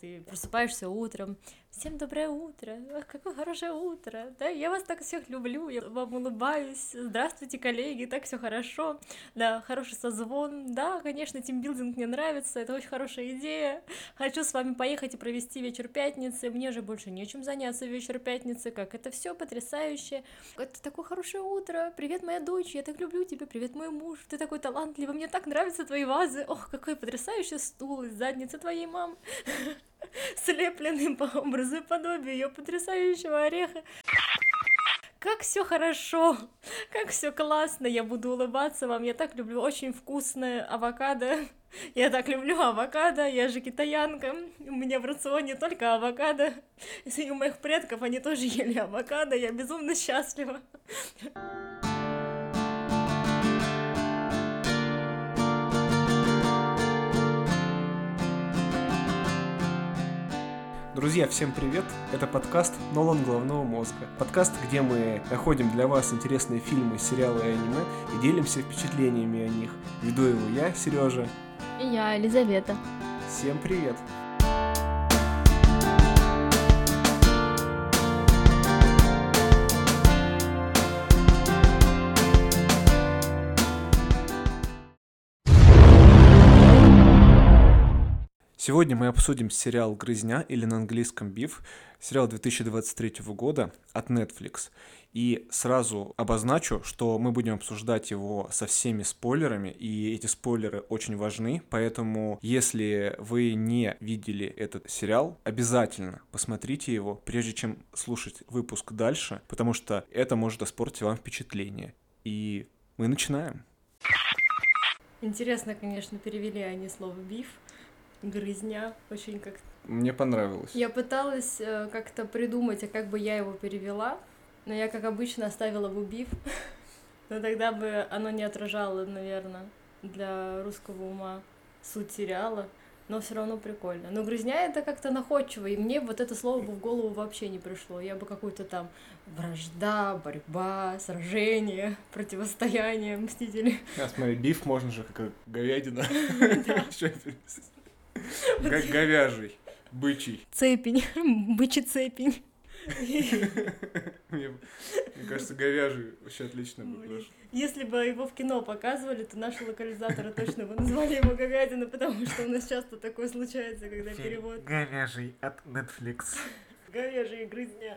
ты просыпаешься утром, всем доброе утро, ах, какое хорошее утро, да, я вас так всех люблю, я вам улыбаюсь, здравствуйте, коллеги, так все хорошо, да, хороший созвон, да, конечно, тимбилдинг мне нравится, это очень хорошая идея, хочу с вами поехать и провести вечер пятницы, мне же больше нечем заняться в вечер пятницы, как это все потрясающе, это такое хорошее утро, привет, моя дочь, я так люблю тебя, привет, мой муж, ты такой талантливый, мне так нравятся твои вазы, ох, какой потрясающий стул из задницы твоей мамы, слепленный по образу и подобию ее потрясающего ореха. Как все хорошо, как все классно, я буду улыбаться вам, я так люблю очень вкусное авокадо, я так люблю авокадо, я же китаянка, у меня в рационе только авокадо, и у моих предков они тоже ели авокадо, я безумно счастлива. Друзья, всем привет! Это подкаст «Нолан головного мозга». Подкаст, где мы находим для вас интересные фильмы, сериалы и аниме и делимся впечатлениями о них. Веду его я, Сережа. И я, Елизавета. Всем привет! Сегодня мы обсудим сериал «Грызня» или на английском «Биф», сериал 2023 года от Netflix. И сразу обозначу, что мы будем обсуждать его со всеми спойлерами, и эти спойлеры очень важны, поэтому если вы не видели этот сериал, обязательно посмотрите его, прежде чем слушать выпуск дальше, потому что это может испортить вам впечатление. И мы начинаем. Интересно, конечно, перевели они слово «биф». Грызня, очень как-то... Мне понравилось. Я пыталась как-то придумать, а как бы я его перевела, но я, как обычно, оставила бы биф, но тогда бы оно не отражало, наверное, для русского ума суть сериала, но все равно прикольно. Но грызня — это как-то находчиво, и мне вот это слово бы в голову вообще не пришло. Я бы какую-то там вражда, борьба, сражение, противостояние, мстители. Смотри, биф можно же как говядина. Говяжий, бычий. Цепень, бычий цепень. Мне кажется, говяжий вообще отлично будет. Если бы его в кино показывали, то наши локализаторы точно бы назвали его говядина, потому что у нас часто такое случается, когда перевод. Говяжий от Netflix. Говяжий грызня.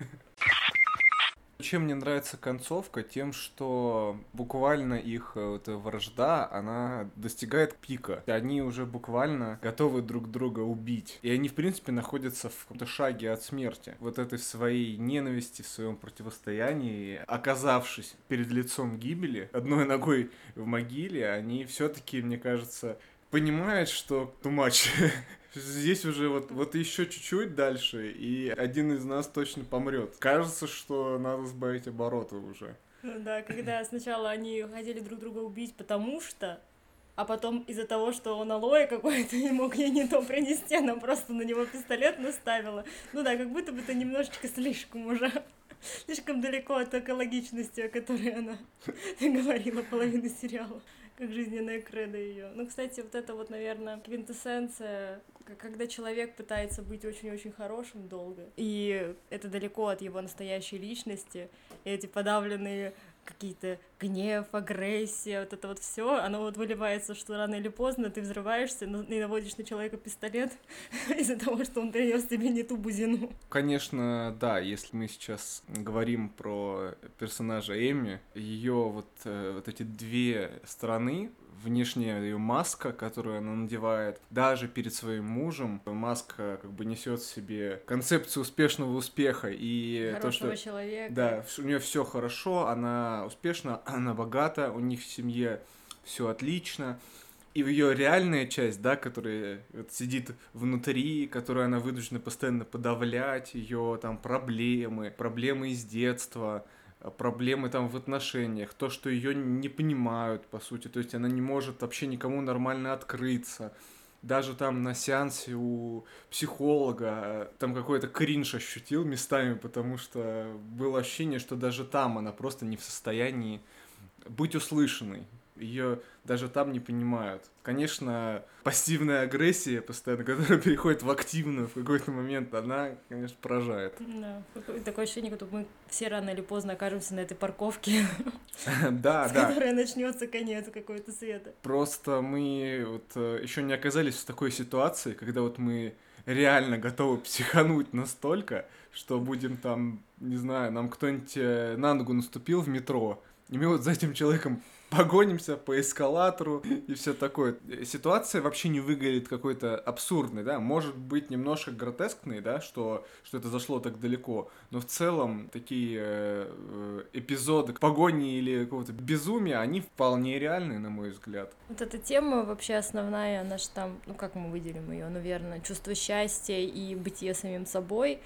Чем мне нравится концовка? Тем, что буквально их эта вражда, она достигает пика. Они уже буквально готовы друг друга убить. И они, в принципе, находятся в каком-то шаге от смерти. Вот этой своей ненависти, в своем противостоянии, оказавшись перед лицом гибели, одной ногой в могиле, они все-таки, мне кажется, понимают, что too much. Здесь уже вот еще чуть-чуть дальше, и один из нас точно помрет. Кажется, что надо сбавить обороты уже. Да, когда сначала они хотели друг друга убить, потому что, а потом из-за того, что он алоэ какой-то не мог ей не то принести, она просто на него пистолет наставила. Ну да, как будто бы это немножечко слишком уже. Слишком далеко от экологичности, о которой она говорила половину сериала. Как жизненная кредо ее. Ну, кстати, вот это вот, наверное, квинтэссенция, когда человек пытается быть очень-очень хорошим долго, и это далеко от его настоящей личности, и эти подавленные какие-то гнев, агрессия, вот это вот все, оно вот выливается, что рано или поздно ты взрываешься и наводишь на человека пистолет из-за того, что он принес тебе не ту бузину. Конечно, да, если мы сейчас говорим про персонажа Эми, ее вот эти две стороны, внешняя ее маска, которую она надевает, даже перед своим мужем, маска как бы несет в себе концепцию успешного успеха и хорошего то, что человека. Да, у нее все хорошо, она успешна, она богата, у них в семье все отлично. И в ее реальная часть, да, которая вот сидит внутри, которую она вынуждена постоянно подавлять, ее там проблемы из детства, проблемы там в отношениях, то, что ее не понимают, по сути, то есть она не может вообще никому нормально открыться. Даже там на сеансе у психолога там какой-то кринж ощутил местами, потому что было ощущение, что даже там она просто не в состоянии быть услышанной. ее даже там не понимают. Конечно, пассивная агрессия постоянно, которая переходит в активную в какой-то момент, она, конечно, поражает. Да, такое ощущение, что мы все рано или поздно окажемся на этой парковке, Да, с да. которой начнется конец какой-то света. Просто мы вот еще не оказались в такой ситуации, когда вот мы реально готовы психануть настолько, что будем там, не знаю, нам кто-нибудь на ногу наступил в метро, и мы вот за этим человеком погонимся по эскалатору и все такое. Ситуация вообще не выглядит какой-то абсурдной, да, может быть немножко гротескной, да, что это зашло так далеко, но в целом такие эпизоды погони или какого-то безумия, они вполне реальны, на мой взгляд. Вот эта тема вообще основная, она же там, ну как мы выделим ее, наверное, чувство счастья и бытие самим собой,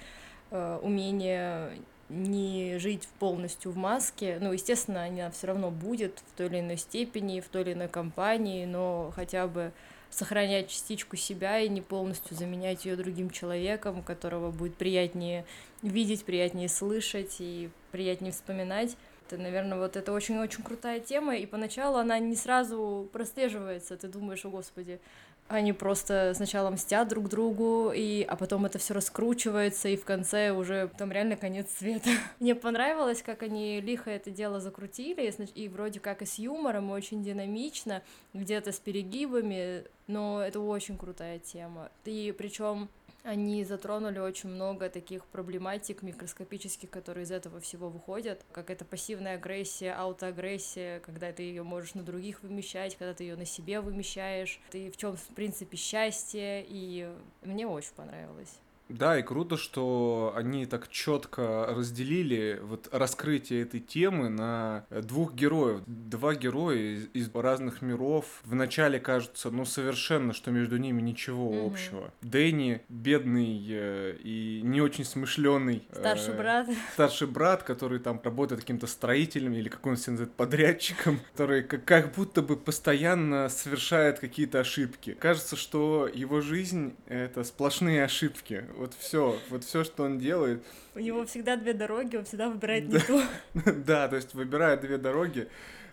умение не жить полностью в маске. Ну, естественно, она все равно будет в той или иной степени, в той или иной компании, но хотя бы сохранять частичку себя и не полностью заменять ее другим человеком, которого будет приятнее видеть, приятнее слышать и приятнее вспоминать. Это, наверное, вот это очень-очень крутая тема, и поначалу она не сразу прослеживается. Ты думаешь, о господи, они просто сначала мстят друг другу, а потом это все раскручивается, и в конце уже там реально конец света. Мне понравилось, как они лихо это дело закрутили, и вроде как и с юмором, и очень динамично, где-то с перегибами, но это очень крутая тема. И причем они затронули очень много таких проблематик микроскопических, которые из этого всего выходят, как это пассивная агрессия, аутоагрессия, когда ты ее можешь на других вымещать, когда ты ее на себе вымещаешь, и в чем, в принципе, счастье, и мне очень понравилось. Да, и круто, что они так четко разделили вот раскрытие этой темы на двух героев. Два героя из разных миров. Вначале кажется, ну, совершенно, что между ними ничего общего. Дэнни, бедный и не очень смышленый старший брат, который там работает каким-то строителем или как он себя называет, подрядчиком, который как будто бы постоянно совершает какие-то ошибки. Кажется, что его жизнь — это сплошные ошибки. Вот все, что он делает. У него всегда две дороги, он всегда выбирает не ту. Да, то есть выбирает две дороги.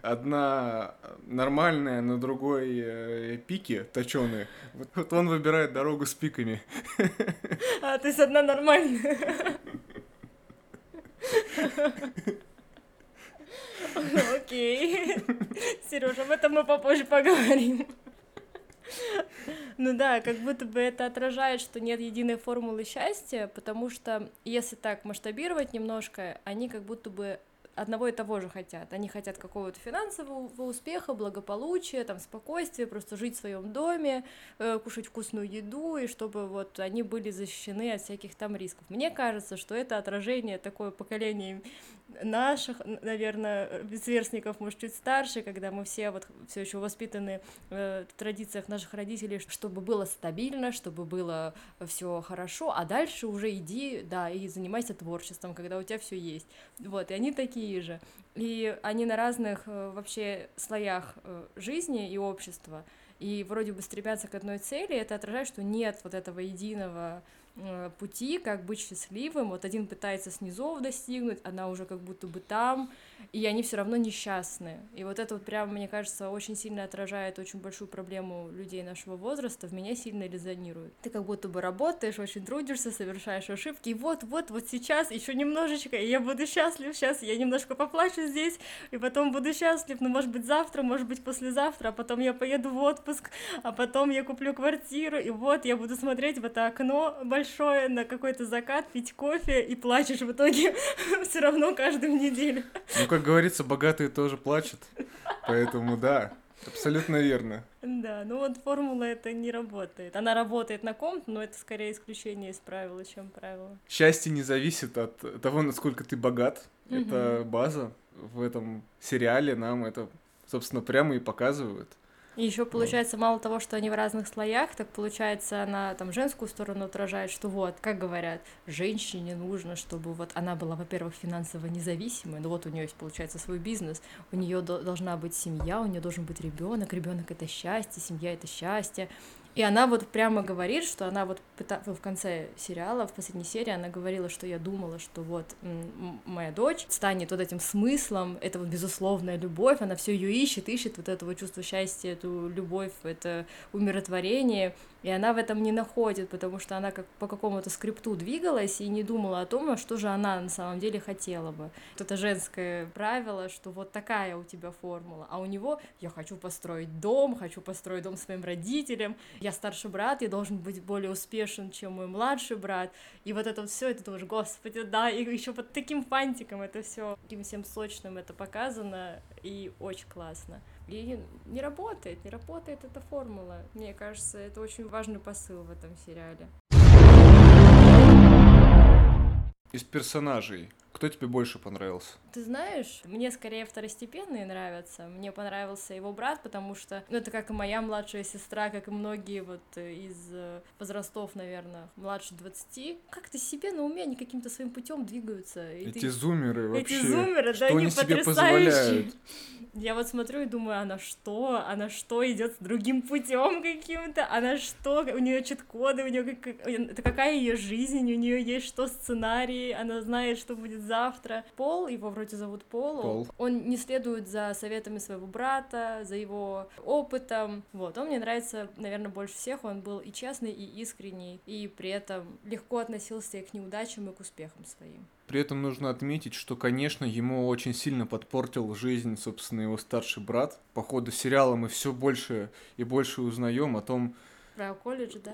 Одна нормальная, на другой пики точеные. Вот он выбирает дорогу с пиками. То есть одна нормальная. Окей. Сережа, об этом мы попозже поговорим. Ну да, как будто бы это отражает, что нет единой формулы счастья, потому что, если так масштабировать немножко, они как будто бы одного и того же хотят. Они хотят какого-то финансового успеха, благополучия, там, спокойствия, просто жить в своем доме, кушать вкусную еду, и чтобы вот они были защищены от всяких там рисков. Мне кажется, что это отражение такое поколение наших, наверное, сверстников, может, чуть старше, когда мы все вот все еще воспитаны в традициях наших родителей, чтобы было стабильно, чтобы было все хорошо, а дальше уже иди, да, и занимайся творчеством, когда у тебя все есть. Вот, и они такие же. И они на разных вообще слоях жизни и общества, и вроде бы стремятся к одной цели, это отражает, что нет вот этого единого пути, как быть счастливым. Вот один пытается снизов достигнуть, она уже как будто бы там, и они все равно несчастны. И вот это вот прям, мне кажется, очень сильно отражает очень большую проблему людей нашего возраста, в меня сильно резонирует. Ты как будто бы работаешь, очень трудишься, совершаешь ошибки, и вот сейчас еще немножечко, и я буду счастлив, сейчас я немножко поплачу здесь, и потом буду счастлив, ну, может быть, завтра, может быть, послезавтра, а потом я поеду в отпуск, а потом я куплю квартиру, и вот я буду смотреть в это окно большое на какой-то закат, пить кофе, и плачешь в итоге все равно каждую неделю. Ну, как говорится, богатые тоже плачут, поэтому да, абсолютно верно. Да, ну вот формула это не работает. Она работает на ком-то, но это скорее исключение из правила, чем правило. Счастье не зависит от того, насколько ты богат. Это база. В этом сериале нам это, собственно, прямо и показывают. И еще получается, мало того, что они в разных слоях, так получается, она там женскую сторону отражает, что вот, как говорят, женщине нужно, чтобы вот она была, во-первых, финансово независимой, ну вот у нее есть, получается, свой бизнес, у нее должна быть семья, у нее должен быть ребенок это счастье, семья это счастье, И она вот прямо говорит, что она вот в конце сериала, в последней серии, она говорила, что я думала, что вот моя дочь станет вот этим смыслом, это вот безусловная любовь, она все ее ищет вот это вот чувство счастья, эту любовь, это умиротворение, и она в этом не находит, потому что она как по какому-то скрипту двигалась и не думала о том, что же она на самом деле хотела бы. Вот это женское правило, что вот такая у тебя формула, а у него я хочу построить дом своим родителям, я старший брат, я должен быть более успешен, чем мой младший брат, и вот это вот все, это тоже, господи, да, и еще под таким фантиком это все, таким всем сочным это показано, и очень классно. И не работает эта формула. Мне кажется, это очень важный посыл в этом сериале. Из персонажей, кто тебе больше понравился? Ты знаешь, мне скорее второстепенные нравятся. Мне понравился его брат, потому что, ну, это как и моя младшая сестра, как и многие вот из возрастов, наверное, младше 20. Как-то себе на уме они каким-то своим путем двигаются. Эти зумеры вообще. Эти зумеры, что да, они себе потрясающие. Позволяют? Я вот смотрю и думаю, она что идет другим путем каким-то, она что, у нее чит-коды, у нее это какая ее жизнь, у нее есть что сценарий, она знает, что будет завтра. Пол, его вроде зовут Пол. Он не следует за советами своего брата, за его опытом, вот, он мне нравится, наверное, больше всех, он был и честный, и искренний, и при этом легко относился и к неудачам, и к успехам своим. При этом нужно отметить, что, конечно, ему очень сильно подпортил жизнь, собственно, его старший брат. По ходу сериала мы все больше и больше узнаем о том, про колледж, да?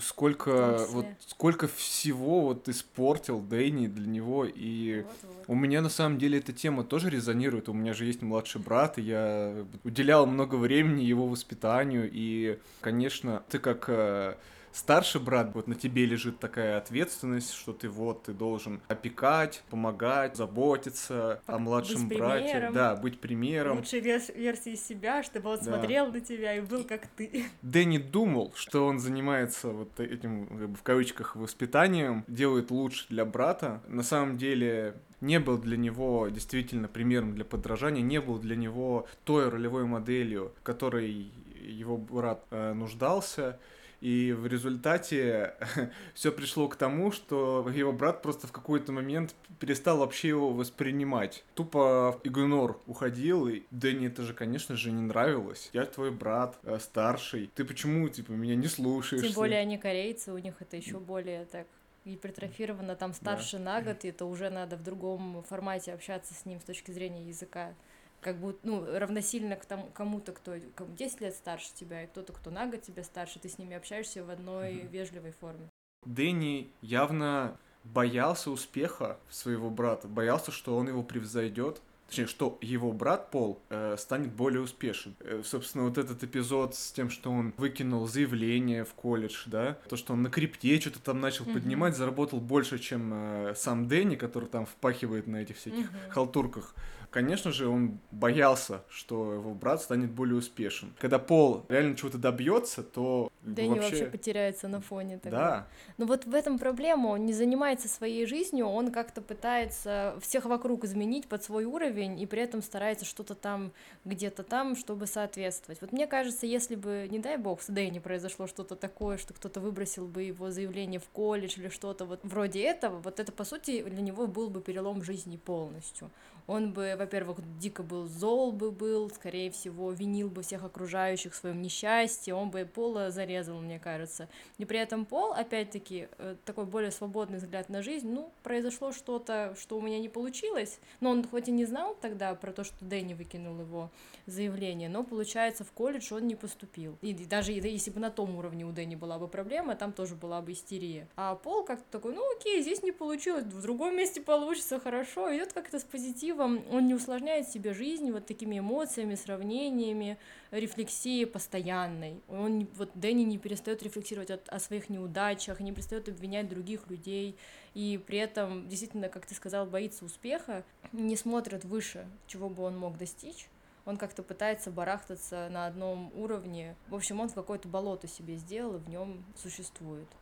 Сколько всего вот испортил Дэнни для него. И у меня на самом деле эта тема тоже резонирует. У меня же есть младший брат, и я уделял много времени его воспитанию. И, конечно, ты как старший брат, вот на тебе лежит такая ответственность, что ты должен опекать, помогать, заботиться о младшем брате. Да, быть примером. Лучшей версии себя, чтобы он смотрел на тебя и был как ты. Дэнни думал, что он занимается вот этим, в кавычках, воспитанием, делает лучше для брата. На самом деле не был для него действительно примером для подражания, не был для него той ролевой моделью, в которой его брат нуждался. И в результате все пришло к тому, что его брат просто в какой-то момент перестал вообще его воспринимать. Тупо игнор уходил, и Дэнни это же, конечно же, не нравилось. Я твой брат, старший. Ты почему, меня не слушаешься? Тем более они корейцы, у них это еще более так гипертрофировано, там старше на год, и это уже надо в другом формате общаться с ним с точки зрения языка. Как будто, равносильно к кому-то, кто 10 лет старше тебя, и кто-то, кто на год тебя старше, ты с ними общаешься в одной вежливой форме. Дэнни явно боялся успеха своего брата, боялся, что он его превзойдет, точнее, что его брат Пол станет более успешен. Собственно, вот этот эпизод с тем, что он выкинул заявление в колледж, да, то, что он на крипте что-то там начал поднимать, заработал больше, чем сам Дэнни, который там впахивает на этих всяких халтурках. Конечно же, он боялся, что его брат станет более успешен. Когда Пол реально чего-то добьется, то Дэнни вообще потеряется на фоне тогда. Да. Но вот в этом проблема, он не занимается своей жизнью, он как-то пытается всех вокруг изменить под свой уровень, и при этом старается что-то там, где-то там, чтобы соответствовать. Вот мне кажется, если бы, не дай бог, с Дэнни произошло что-то такое, что кто-то выбросил бы его заявление в колледж или что-то вот вроде этого, вот это, по сути, для него был бы перелом жизни полностью. Он бы, во-первых, дико был, скорее всего, винил бы всех окружающих в своем несчастье, он бы Пола зарезал, мне кажется. И при этом Пол, опять-таки, такой более свободный взгляд на жизнь, произошло что-то, что у меня не получилось, но он хоть и не знал тогда про то, что Дэнни выкинул его заявление, но, получается, в колледж он не поступил. И даже если бы на том уровне у Дэнни была бы проблема, там тоже была бы истерия. А Пол как-то такой, окей, здесь не получилось, в другом месте получится, хорошо, идет как-то с позитивом, он не усложняет себе жизнь вот такими эмоциями, сравнениями, рефлексией постоянной. Дэнни не перестает рефлексировать о своих неудачах, не перестает обвинять других людей, и при этом, действительно, как ты сказал, боится успеха, не смотрит выше, чего бы он мог достичь. Он как-то пытается барахтаться на одном уровне. В общем, он в какое-то болото себе сделал и в нем существует.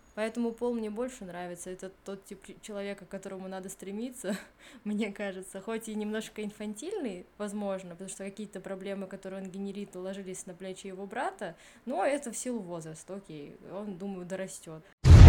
Поэтому Пол мне больше нравится. Это тот тип человека, к которому надо стремиться, мне кажется. Хоть и немножко инфантильный, возможно, потому что какие-то проблемы, которые он генерит, ложились на плечи его брата, но это в силу возраста, окей, он, думаю, дорастет.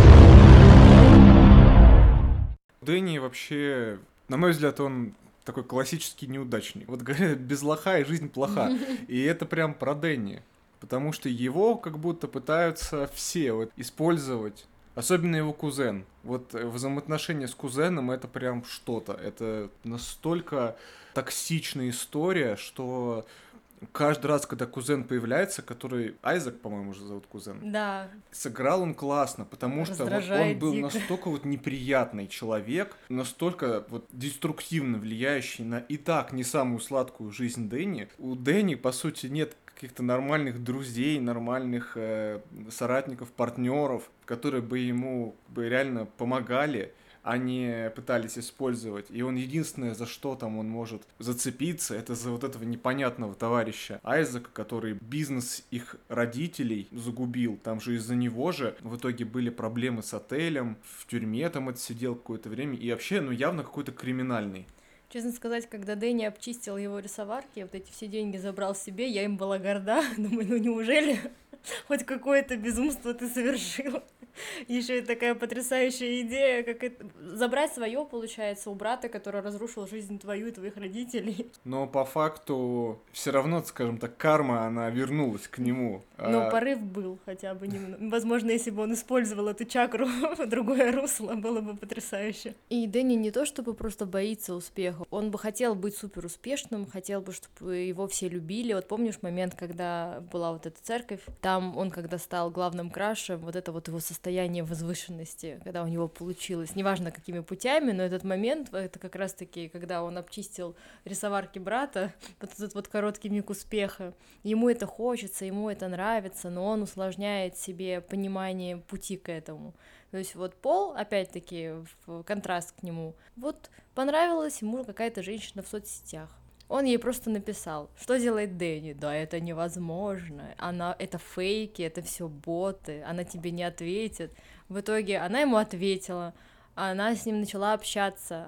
Дэнни вообще, на мой взгляд, он такой классический неудачник. Вот говорят, без лоха и жизнь плоха. И это прям про Дэнни. Потому что его как будто пытаются все вот использовать. Особенно его кузен. Вот взаимоотношения с кузеном это прям что-то. Это настолько токсичная история, что каждый раз, когда кузен появляется, который Айзек, по-моему, уже зовут кузен, Да, сыграл он классно, потому что вот он раздражает был дико. настолько вот неприятный человек, настолько вот деструктивно влияющий на и так не самую сладкую жизнь Дэнни. У Дэнни, по сути, нет каких-то нормальных друзей, нормальных соратников, партнеров, которые бы ему бы реально помогали, а не пытались использовать. И он единственное, за что там он может зацепиться, это за вот этого непонятного товарища Айзека, который бизнес их родителей загубил. Там же из-за него же в итоге были проблемы с отелем, в тюрьме там отсидел какое-то время, и вообще, ну, явно какой-то криминальный. Честно сказать, когда Дэнни обчистил его рисоварки, вот эти все деньги забрал себе, я им была горда. Думаю, ну неужели хоть какое-то безумство ты совершил? Еще и такая потрясающая идея, как это... забрать свое, получается, у брата, который разрушил жизнь твою и твоих родителей. Но по факту все равно, скажем так, карма, она вернулась к нему. Но порыв был хотя бы немного. Возможно, если бы он использовал эту чакру в другое русло, было бы потрясающе. И Дэнни не то чтобы просто боится успеха, он бы хотел быть супер успешным, хотел бы, чтобы его все любили. Вот помнишь момент, когда была вот эта церковь, там он, когда стал главным крашем, вот это вот его состояние возвышенности, когда у него получилось, неважно какими путями, но этот момент, это как раз-таки, когда он обчистил рисоварки брата, вот этот вот короткий миг успеха, ему это хочется, ему это нравится, но он усложняет себе понимание пути к этому. То есть вот Пол, опять-таки, в контраст к нему, вот понравилась ему какая-то женщина в соцсетях. Он ей просто написал, что делает Дэнни? Да, это невозможно, это фейки, это все боты, она тебе не ответит. В итоге она ему ответила, она с ним начала общаться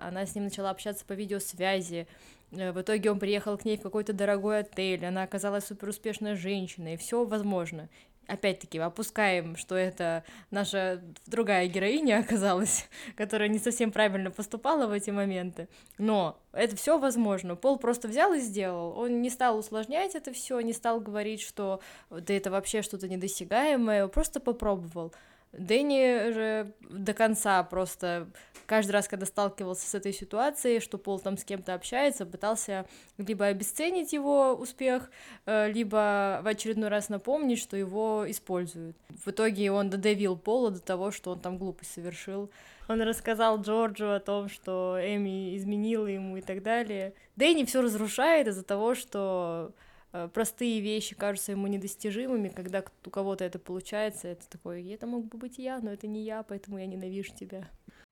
по видеосвязи. В итоге он приехал к ней в какой-то дорогой отель, она оказалась суперуспешной женщиной, все возможно. Опять-таки, опускаем, что это наша другая героиня оказалась, которая не совсем правильно поступала в эти моменты. Но это все возможно. Пол просто взял и сделал. Он не стал усложнять это все, не стал говорить, что да это вообще что-то недосягаемое, просто попробовал. Дэнни же до конца просто каждый раз, когда сталкивался с этой ситуацией, что Пол там с кем-то общается, пытался либо обесценить его успех, либо в очередной раз напомнить, что его используют. В итоге он додавил Пола до того, что он там глупость совершил. Он рассказал Джорджу о том, что Эми изменила ему и так далее. Дэнни все разрушает из-за того, что простые вещи кажутся ему недостижимыми, когда у кого-то это получается, это такой, это мог бы быть я, но это не я, поэтому я ненавижу тебя.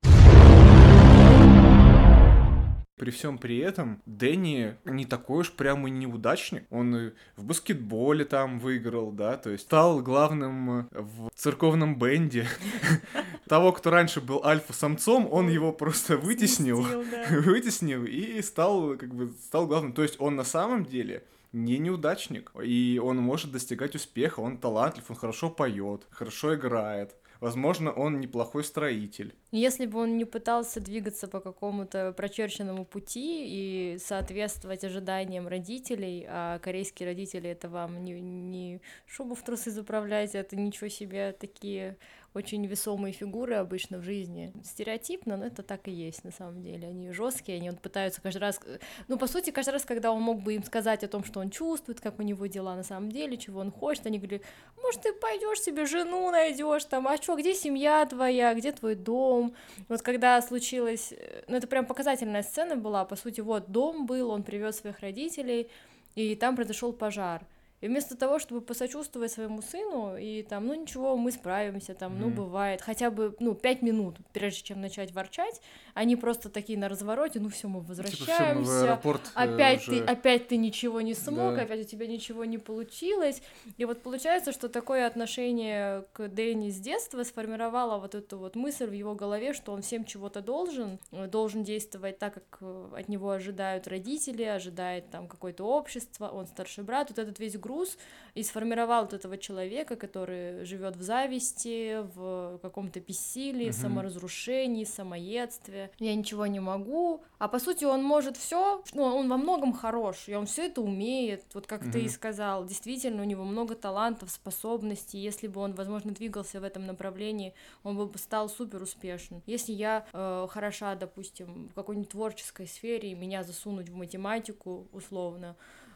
При всем при этом Дэнни не такой уж прям и неудачник. Он и в баскетболе там выиграл, да, то есть стал главным в церковном бенде. Того, кто раньше был альфа-самцом, он его просто вытеснил и стал главным. То есть он на самом деле не неудачник, и он может достигать успеха, он талантлив, он хорошо поет, хорошо играет. Возможно, он неплохой строитель. Если бы он не пытался двигаться по какому-то прочерченному пути и соответствовать ожиданиям родителей, а корейские родители — это вам не шубу в трусы заправлять, это ничего себе, такие очень весомые фигуры обычно в жизни. Стереотипно, но это так и есть на самом деле. Они жесткие, они вот пытаются каждый раз... Ну, по сути, каждый раз, когда он мог бы им сказать о том, что он чувствует, как у него дела на самом деле, чего он хочет, они говорили, может, ты пойдешь себе жену найдешь там, а что, где семья твоя, где твой дом? Вот когда случилось... Ну, это прям показательная сцена была, по сути, вот дом был, он привез своих родителей, и там произошел пожар. И вместо того, чтобы посочувствовать своему сыну и там, ну ничего, мы справимся, там, ну бывает, хотя бы, 5 минут, прежде чем начать ворчать, они просто такие на развороте, ну все, мы Типа, все, мы в возвращаемся, аэропорт уже... опять ты ничего не смог, Да. опять у тебя ничего не получилось. И вот получается, что такое отношение к Дэнни с детства сформировало вот эту вот мысль в его голове, что он всем чего-то должен действовать так, как от него ожидают родители, ожидает там какое-то общество, он старший брат, вот этот весь груз и сформировал вот этого человека, который живет в зависти, в каком-то бессилии, саморазрушении, самоедстве. Я ничего не могу, а по сути он может все, он во многом хорош, и он все это умеет, вот как ты и сказал, действительно у него много талантов, способностей, если бы он, возможно, двигался в этом направлении, он бы стал супер успешен. Если я хороша, допустим, в какой-нибудь творческой сфере, и меня засунуть в математику, условно,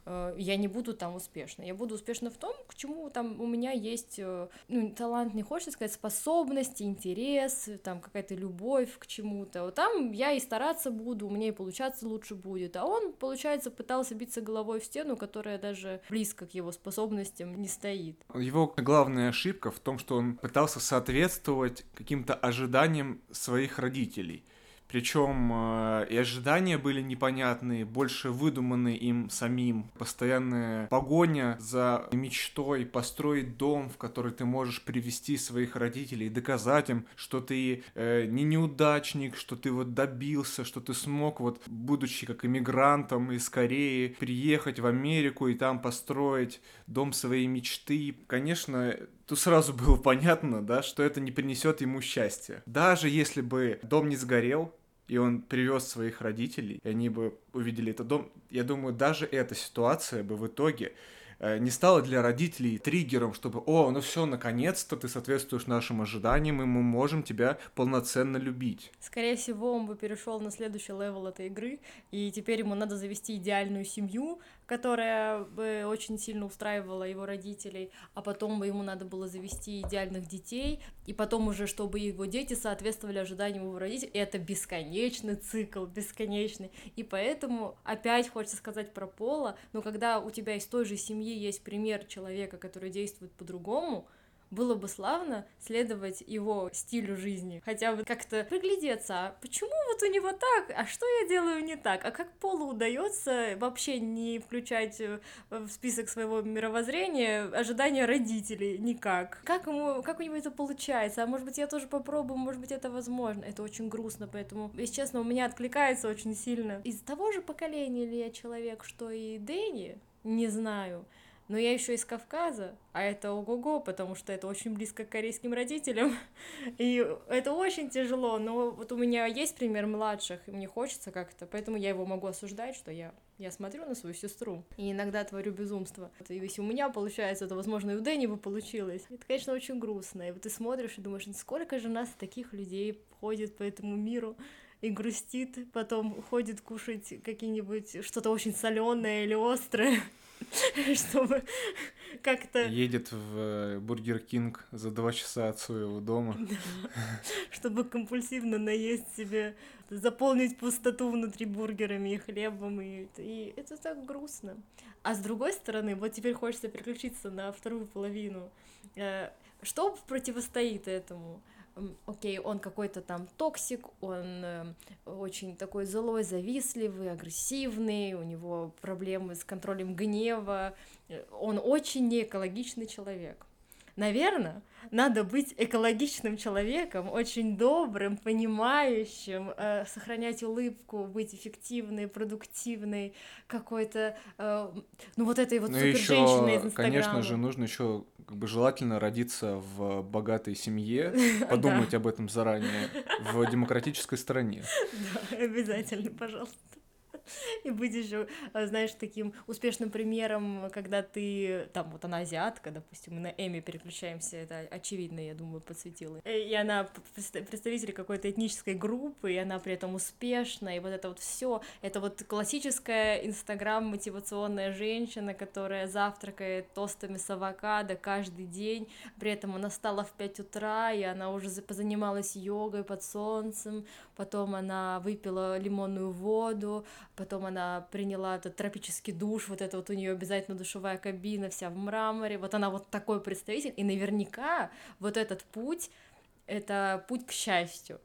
я не буду там успешна. Я буду успешна в том, к чему там у меня есть, талант, не хочется сказать, способности, интерес, там какая-то любовь к чему-то. Вот там я и стараться буду, у меня и получаться лучше будет. А он, получается, пытался биться головой в стену, которая даже близко к его способностям не стоит. Его главная ошибка в том, что он пытался соответствовать каким-то ожиданиям своих родителей. Причем и ожидания были непонятные, больше выдуманные им самим. Постоянная погоня за мечтой построить дом, в который ты можешь привести своих родителей, доказать им, что ты не неудачник, что ты вот добился, что ты смог, вот, будучи как иммигрантом из Кореи, приехать в Америку и там построить дом своей мечты. Конечно, тут сразу было понятно, да, что это не принесет ему счастья. Даже если бы дом не сгорел, и он привез своих родителей, и они бы увидели этот дом, я думаю, даже эта ситуация бы в итоге не стала для родителей триггером, чтобы, ну все, наконец-то ты соответствуешь нашим ожиданиям, и мы можем тебя полноценно любить. Скорее всего, он бы перешел на следующий левел этой игры, и теперь ему надо завести идеальную семью, которая бы очень сильно устраивала его родителей, а потом бы ему надо было завести идеальных детей, и потом уже, чтобы его дети соответствовали ожиданиям его родителей. И это бесконечный цикл, бесконечный. И поэтому опять хочется сказать про Пола, но когда у тебя из той же семьи есть пример человека, который действует по-другому, было бы славно следовать его стилю жизни, хотя бы как-то приглядеться, а почему вот у него так, а что я делаю не так, а как Полу удается вообще не включать в список своего мировоззрения ожидания родителей никак, как у него это получается, а может быть я тоже попробую, может быть это возможно, это очень грустно, поэтому, если честно, у меня откликается очень сильно. Из того же поколения ли я человек, что и Дэнни, не знаю. Но я еще из Кавказа, а это ого-го, потому что это очень близко к корейским родителям, и это очень тяжело, но вот у меня есть пример младших, и мне хочется как-то, поэтому я его могу осуждать, что я смотрю на свою сестру и иногда творю безумство. И если у меня получается, то, возможно, и у Дэни бы получилось. Это, конечно, очень грустно, и вот ты смотришь и думаешь, сколько же нас таких людей ходит по этому миру, и грустит, потом ходит кушать какие-нибудь что-то очень соленое или острое, чтобы как-то... Едет в Бургер Кинг за 2 часа от своего дома. Чтобы компульсивно наесть себе, заполнить пустоту внутри бургерами и хлебом, и это так грустно. А с другой стороны, вот теперь хочется переключиться на вторую половину. Что противостоит этому? Окей, он какой-то там токсик, он очень такой злой, завистливый, агрессивный, у него проблемы с контролем гнева, он очень неэкологичный человек. Наверное, надо быть экологичным человеком, очень добрым, понимающим, сохранять улыбку, быть эффективной, продуктивной, какой-то, вот этой вот супер-женщиной из Инстаграма. Конечно же, нужно еще желательно родиться в богатой семье, подумать об этом заранее, в демократической стране. Да, обязательно, пожалуйста. И быть еще, знаешь, таким успешным примером, когда ты, там, вот она азиатка, допустим, мы на Эми переключаемся, это очевидно, я думаю, подсветила. И она представитель какой-то этнической группы, и она при этом успешна, и вот это вот все, это вот классическая инстаграм-мотивационная женщина, которая завтракает тостами с авокадо каждый день, при этом она встала в 5 утра, и она уже позанималась йогой под солнцем, потом она выпила лимонную воду, потом она приняла этот тропический душ, вот это вот у нее обязательно душевая кабина вся в мраморе, вот она вот такой представитель, и наверняка вот этот путь — это путь к счастью.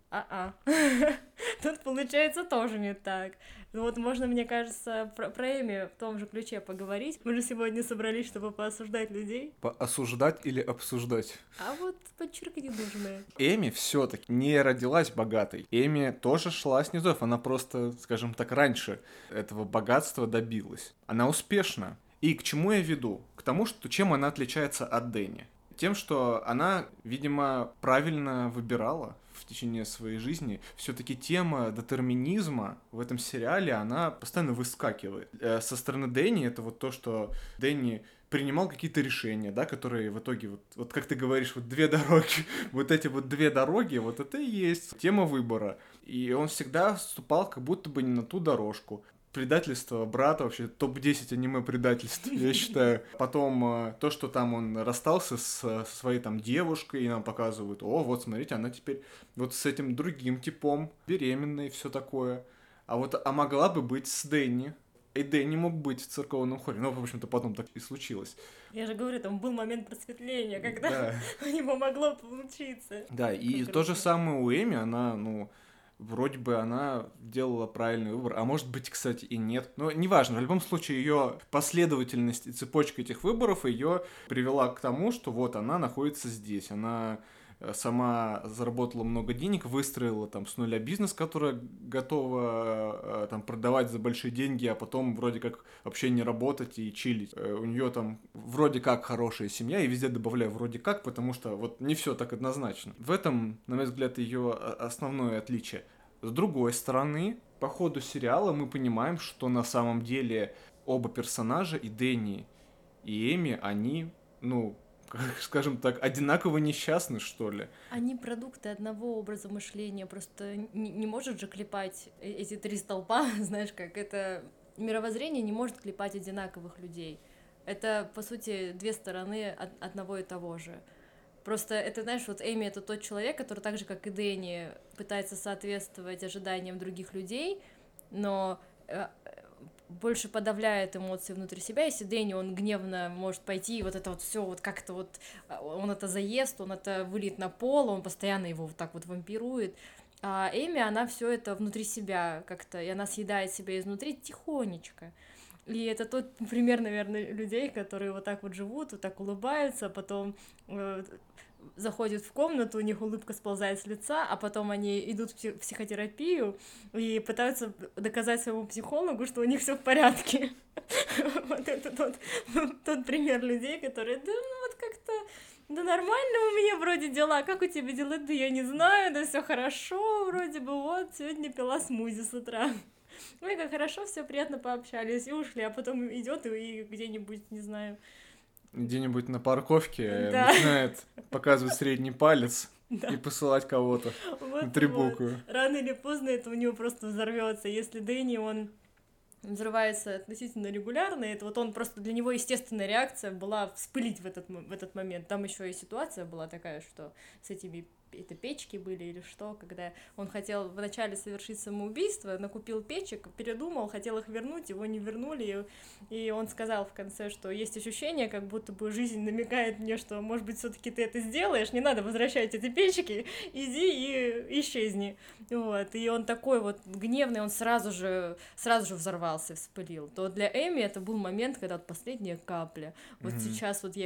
Тут получается тоже не так. Ну вот можно, мне кажется, про Эми в том же ключе поговорить. Мы же сегодня собрались, чтобы поосуждать людей. Поосуждать или обсуждать? А вот подчеркни нужное. Эми все-таки не родилась богатой. Эми тоже шла с низов. Она просто, скажем так, раньше этого богатства добилась. Она успешна. И к чему я веду? К тому, что чем она отличается от Дэнни. Тем, что она, видимо, правильно выбирала в течение своей жизни. Все-таки тема детерминизма в этом сериале, она постоянно выскакивает. Со стороны Дэнни это вот то, что Дэнни принимал какие-то решения, да, которые в итоге, вот как ты говоришь, вот две дороги, вот эти вот две дороги, вот это и есть тема выбора. И он всегда вступал как будто бы не на ту дорожку. Предательство брата, вообще топ-10 аниме-предательств, я считаю. Потом то, что там он расстался со своей там девушкой, и нам показывают, о, вот смотрите, она теперь вот с этим другим типом, беременной, все такое. А могла бы быть с Дэнни. И Дэнни мог быть в церковном хоре. Ну, в общем-то, потом так и случилось. Я же говорю, там был момент просветления, когда Да. у него могло получиться. Да, и то же самое у Эми, она, ну, вроде бы она делала правильный выбор, а может быть, кстати, и нет. Но неважно, в любом случае ее последовательность и цепочка этих выборов ее привела к тому, что вот она находится здесь, она сама заработала много денег, выстроила там с нуля бизнес, который готова там продавать за большие деньги, а потом вроде как вообще не работать и чилить. У нее там вроде как хорошая семья, и везде добавляю вроде как, потому что вот не все так однозначно. В этом, на мой взгляд, ее основное отличие. С другой стороны, по ходу сериала мы понимаем, что на самом деле оба персонажа, и Дэнни, и Эми, они, ну, скажем так, одинаково несчастны, что ли. Они продукты одного образа мышления, просто не может же клепать эти три столпа, знаешь, как это мировоззрение не может клепать одинаковых людей. Это, по сути, две стороны одного и того же. Просто это, знаешь, вот Эми — это тот человек, который так же, как и Дэнни, пытается соответствовать ожиданиям других людей, но больше подавляет эмоции внутри себя. Если Дэнни, он гневно может пойти, и вот это вот все вот как-то вот, он это заест, он это выльет на пол, он постоянно его вот так вот вампирует. А Эми, она все это внутри себя как-то, и она съедает себя изнутри тихонечко. И это тот пример, наверное, людей, которые вот так вот живут, вот так улыбаются, а потом заходят в комнату, у них улыбка сползает с лица, а потом они идут в психотерапию и пытаются доказать своему психологу, что у них все в порядке. Вот это тот пример людей, которые, да, ну вот как-то, да нормально у меня вроде дела, как у тебя дела, да я не знаю, да все хорошо, вроде бы вот, сегодня пила смузи с утра. Ой, как хорошо, все приятно пообщались и ушли, а потом идет и где-нибудь, не знаю. Где-нибудь на парковке Да. начинает показывать средний палец Да. и посылать кого-то Вот, на три буквы. Рано или поздно это у него просто взорвется. Если Дэнни, он взрывается относительно регулярно, это вот он просто, для него естественная реакция была вспылить в этот момент. Там еще и ситуация была такая, что с этими это печки были или что, когда он хотел вначале совершить самоубийство, накупил печек, передумал, хотел их вернуть, его не вернули, и он сказал в конце, что есть ощущение, как будто бы жизнь намекает мне, что, может быть, все-таки ты это сделаешь, не надо возвращать эти печки, иди и исчезни. Вот, и он такой вот гневный, он сразу же взорвался, вспылил. То для Эми это был момент, когда вот последняя капля. Вот сейчас вот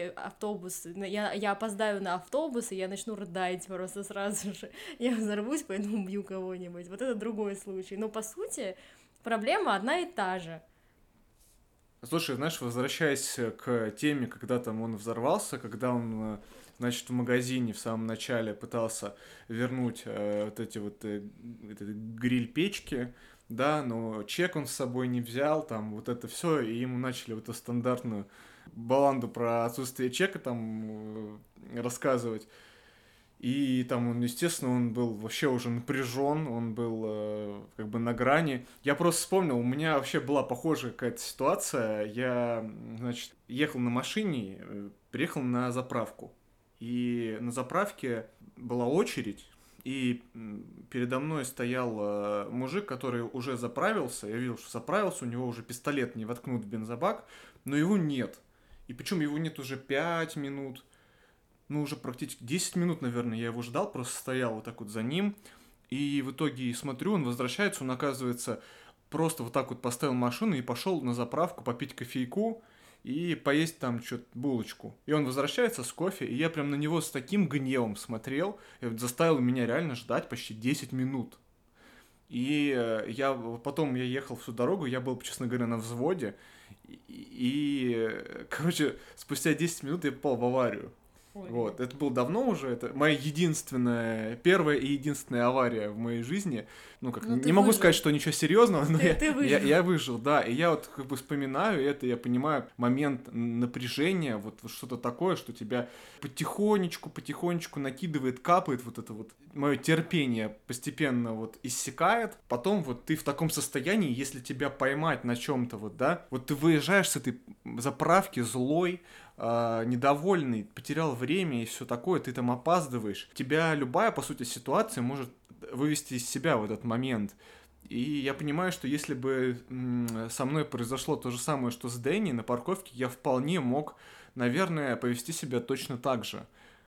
я опоздаю на автобус, и я начну рыдать просто сразу же. Я взорвусь, пойду убью кого-нибудь. Вот это другой случай. Но по сути проблема одна и та же. Слушай, знаешь, возвращаясь к теме, когда там он взорвался, когда он, значит, в магазине в самом начале пытался вернуть вот эти вот гриль-печки, да, но чек он с собой не взял, там вот это все, и ему начали вот эту стандартную баланду про отсутствие чека там рассказывать. И там он, естественно, он был вообще уже напряжен, он был как бы на грани. Я просто вспомнил, у меня вообще была похожая какая-то ситуация. Я, значит, ехал на машине, приехал на заправку. И на заправке была очередь, и передо мной стоял мужик, который уже заправился. Я видел, что заправился, у него уже пистолет не воткнут в бензобак, но его нет. И причем его нет уже 5 минут, ну уже практически 10 минут, наверное, я его ждал, просто стоял вот так вот за ним. И в итоге смотрю, он возвращается, он, оказывается, просто вот так вот поставил машину и пошел на заправку попить кофейку и поесть там что-то, булочку. И он возвращается с кофе, и я прям на него с таким гневом смотрел, и вот заставил меня реально ждать почти 10 минут. И потом я ехал всю дорогу, я был, честно говоря, на взводе, короче, спустя 10 минут я попал в аварию. Ой. Вот, это было давно уже, это моя первая и единственная авария в моей жизни. Ну, как, Ну, не ты могу выжил. сказать, что ничего серьезного, но Ты выжил. я выжил, да. И я вот как бы вспоминаю это, я понимаю момент напряжения, вот что-то такое, что тебя потихонечку накидывает, капает вот это вот. Мое терпение постепенно вот иссякает. Потом вот ты в таком состоянии, если тебя поймать на чем-то вот, да, вот ты выезжаешь с этой заправки злой, недовольный, потерял время и все такое, ты там опаздываешь. Тебя любая, по сути, ситуация может вывести из себя в этот момент. И я понимаю, что если бы со мной произошло то же самое, что с Дэнни на парковке, я вполне мог, наверное, повести себя точно так же.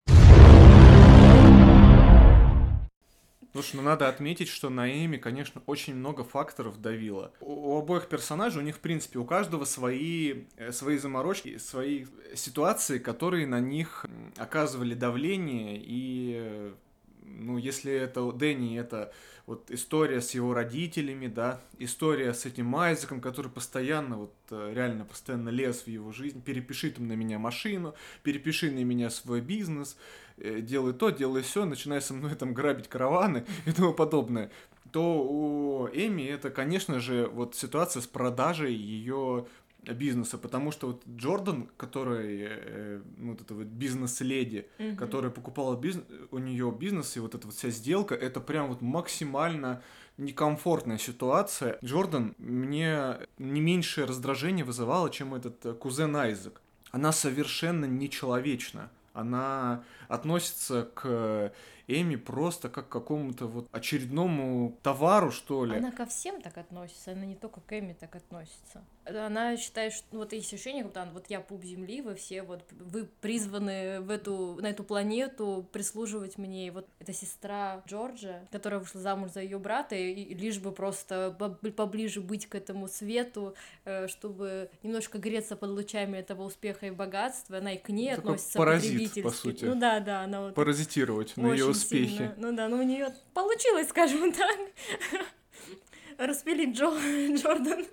Слушай, ну надо отметить, что на Эми, конечно, очень много факторов давило. У обоих персонажей, у них, в принципе, у каждого свои заморочки, свои ситуации, которые на них оказывали давление. И, ну, если это Дэнни, это вот история с его родителями, да, история с этим Айзеком, который постоянно, вот реально постоянно лез в его жизнь, перепиши там на меня машину, перепиши на меня свой бизнес, делай то, делай все, начинай со мной там грабить караваны и тому подобное, то у Эми это, конечно же, вот ситуация с продажей ее бизнеса, потому что вот Джордан, который, вот эта вот бизнес-леди, которая покупала у нее бизнес, и вот эта вот вся сделка, это прям вот максимально некомфортная ситуация. Джордан мне не меньшее раздражение вызывала, чем этот кузен Айзек. Она совершенно нечеловечна. Она относится к Эми просто как к какому-то вот очередному товару, что ли. Она ко всем так относится, она не только к Эми так относится. Она считает, что вот есть ощущение, как будто вот я пуп земли, вы все вот, вы призваны на эту планету прислуживать мне. И вот эта сестра Джорджа, которая вышла замуж за ее брата, и лишь бы просто поближе быть к этому свету, чтобы немножко греться под лучами этого успеха и богатства, она и к ней такой относится паразит, потребительски. по сути. Ну да, она вот паразитировать на ее успехи. сильно. Ну да, но у нее получилось, скажем так, распилить Джордан.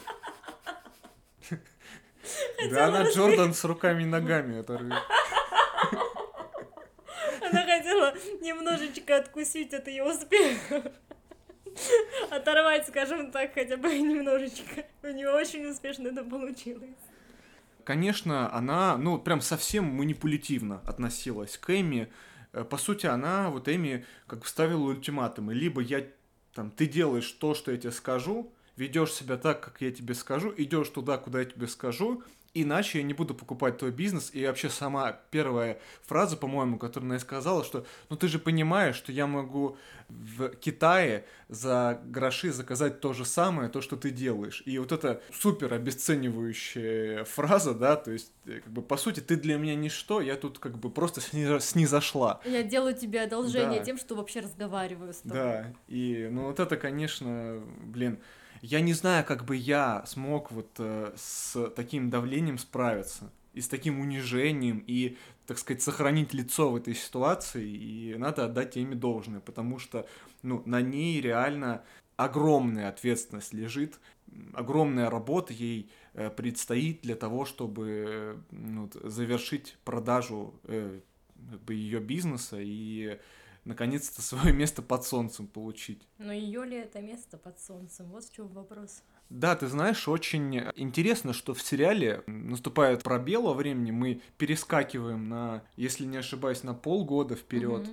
Да, она Джордан с руками и ногами. Она хотела немножечко откусить от ее успеха. Оторвать, скажем так, хотя бы немножечко. У нее очень успешно это получилось. Конечно, она, ну, прям совсем манипулятивно относилась к Эми. По сути, она, вот Эми, как ставила ультиматумы. Либо ты делаешь то, что я тебе скажу, ведешь себя так, как я тебе скажу, идешь туда, куда я тебе скажу, иначе я не буду покупать твой бизнес. И вообще сама первая фраза, по-моему, которую она сказала, что ну ты же понимаешь, что я могу в Китае за гроши заказать то же самое, то, что ты делаешь. И вот это супер обесценивающая фраза, да, то есть, как бы, по сути, ты для меня ничто, я тут как бы просто снизошла. Я делаю тебе одолжение Да. тем, что вообще разговариваю с тобой. Да, и, ну, вот это, конечно, блин, я не знаю, как бы я смог вот с таким давлением справиться, и с таким унижением, и, так сказать, сохранить лицо в этой ситуации, и надо отдать Эми должное, потому что, ну, на ней реально огромная ответственность лежит, огромная работа ей предстоит для того, чтобы завершить продажу ее бизнеса и наконец-то свое место под солнцем получить. Но ее ли это место под солнцем? Вот в чем вопрос. Да, ты знаешь, очень интересно, что в сериале наступает пробел во времени, мы перескакиваем на, если не ошибаюсь, на полгода вперед.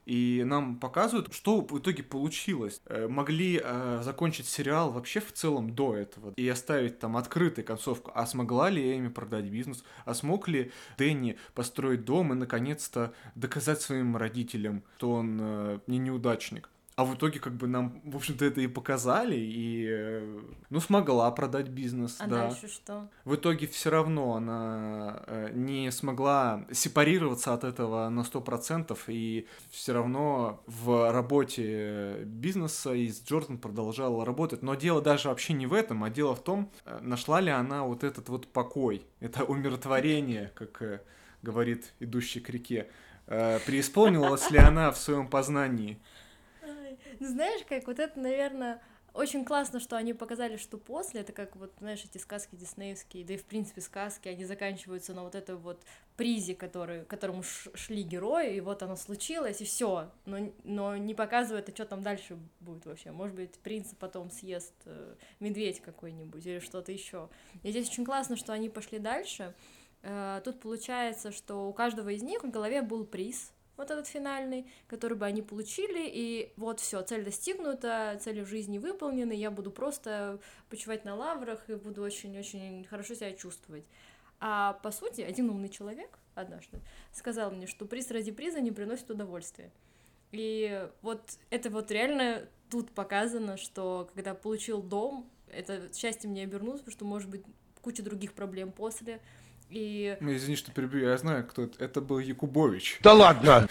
И нам показывают, что в итоге получилось. Могли закончить сериал вообще в целом до этого и оставить там открытой концовку. А смогла ли Эми продать бизнес? А смог ли Дэнни построить дом и наконец-то доказать своим родителям, что он не неудачник? А в итоге, как бы, нам, в общем-то, это и показали, и, ну, смогла продать бизнес, А да. дальше что? В итоге все равно она не смогла сепарироваться от этого на 100%, и все равно в работе бизнеса из Джордан продолжала работать. Но дело даже вообще не в этом, а дело в том, нашла ли она вот этот вот покой, это умиротворение, как говорит идущий к реке. Преисполнилась ли она в своем познании? Ну, знаешь, как вот это, наверное, очень классно, что они показали, что после, это как вот, знаешь, эти сказки диснеевские, да и в принципе сказки, они заканчиваются на вот этой вот призе, к которому шли герои, и вот оно случилось, и все, но не показывает, а что там дальше будет вообще. Может быть, принца потом съест медведь какой-нибудь или что-то еще. И здесь очень классно, что они пошли дальше. Тут получается, что у каждого из них в голове был приз, вот этот финальный, который бы они получили, и вот все, цель достигнута, цели в жизни выполнены, я буду просто почивать на лаврах и буду очень-очень хорошо себя чувствовать. А по сути, один умный человек однажды сказал мне, что приз ради приза не приносит удовольствия. И вот это вот реально тут показано, что когда получил дом, это счастьем не обернулось, потому что может быть куча других проблем после. И Ну, извини, что перебью, я знаю, кто это. Это был Якубович. Да ладно!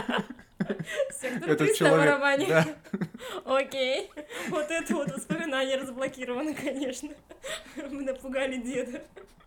сектор Этот 300 в человек, романе. да. Окей. Вот это вот воспоминание разблокировано, конечно. Мы напугали деда.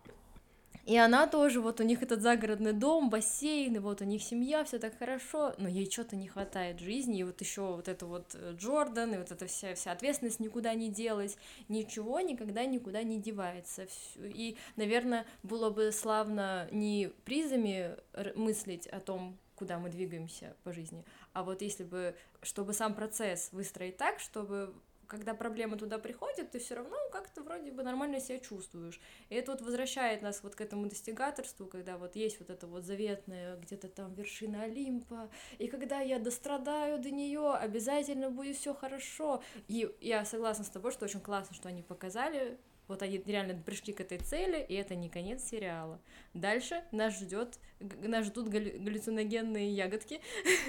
И она тоже, вот у них этот загородный дом, бассейн, и вот у них семья, все так хорошо, но ей что-то не хватает жизни, и вот еще вот это вот Джордан, и вот эта вся ответственность никуда не делась, ничего никогда никуда не девается. И, наверное, было бы славно не призами мыслить о том, куда мы двигаемся по жизни, а вот если бы, чтобы сам процесс выстроить так, чтобы когда проблема туда приходит, ты все равно как-то вроде бы нормально себя чувствуешь. И это вот возвращает нас вот к этому достигаторству, когда вот есть вот это вот заветное где-то там вершина Олимпа, и когда я дострадаю до нее, обязательно будет все хорошо. И я согласна с тобой, что очень классно, что они показали. Вот они реально пришли к этой цели, и это не конец сериала. Дальше нас ждут галлюциногенные ягодки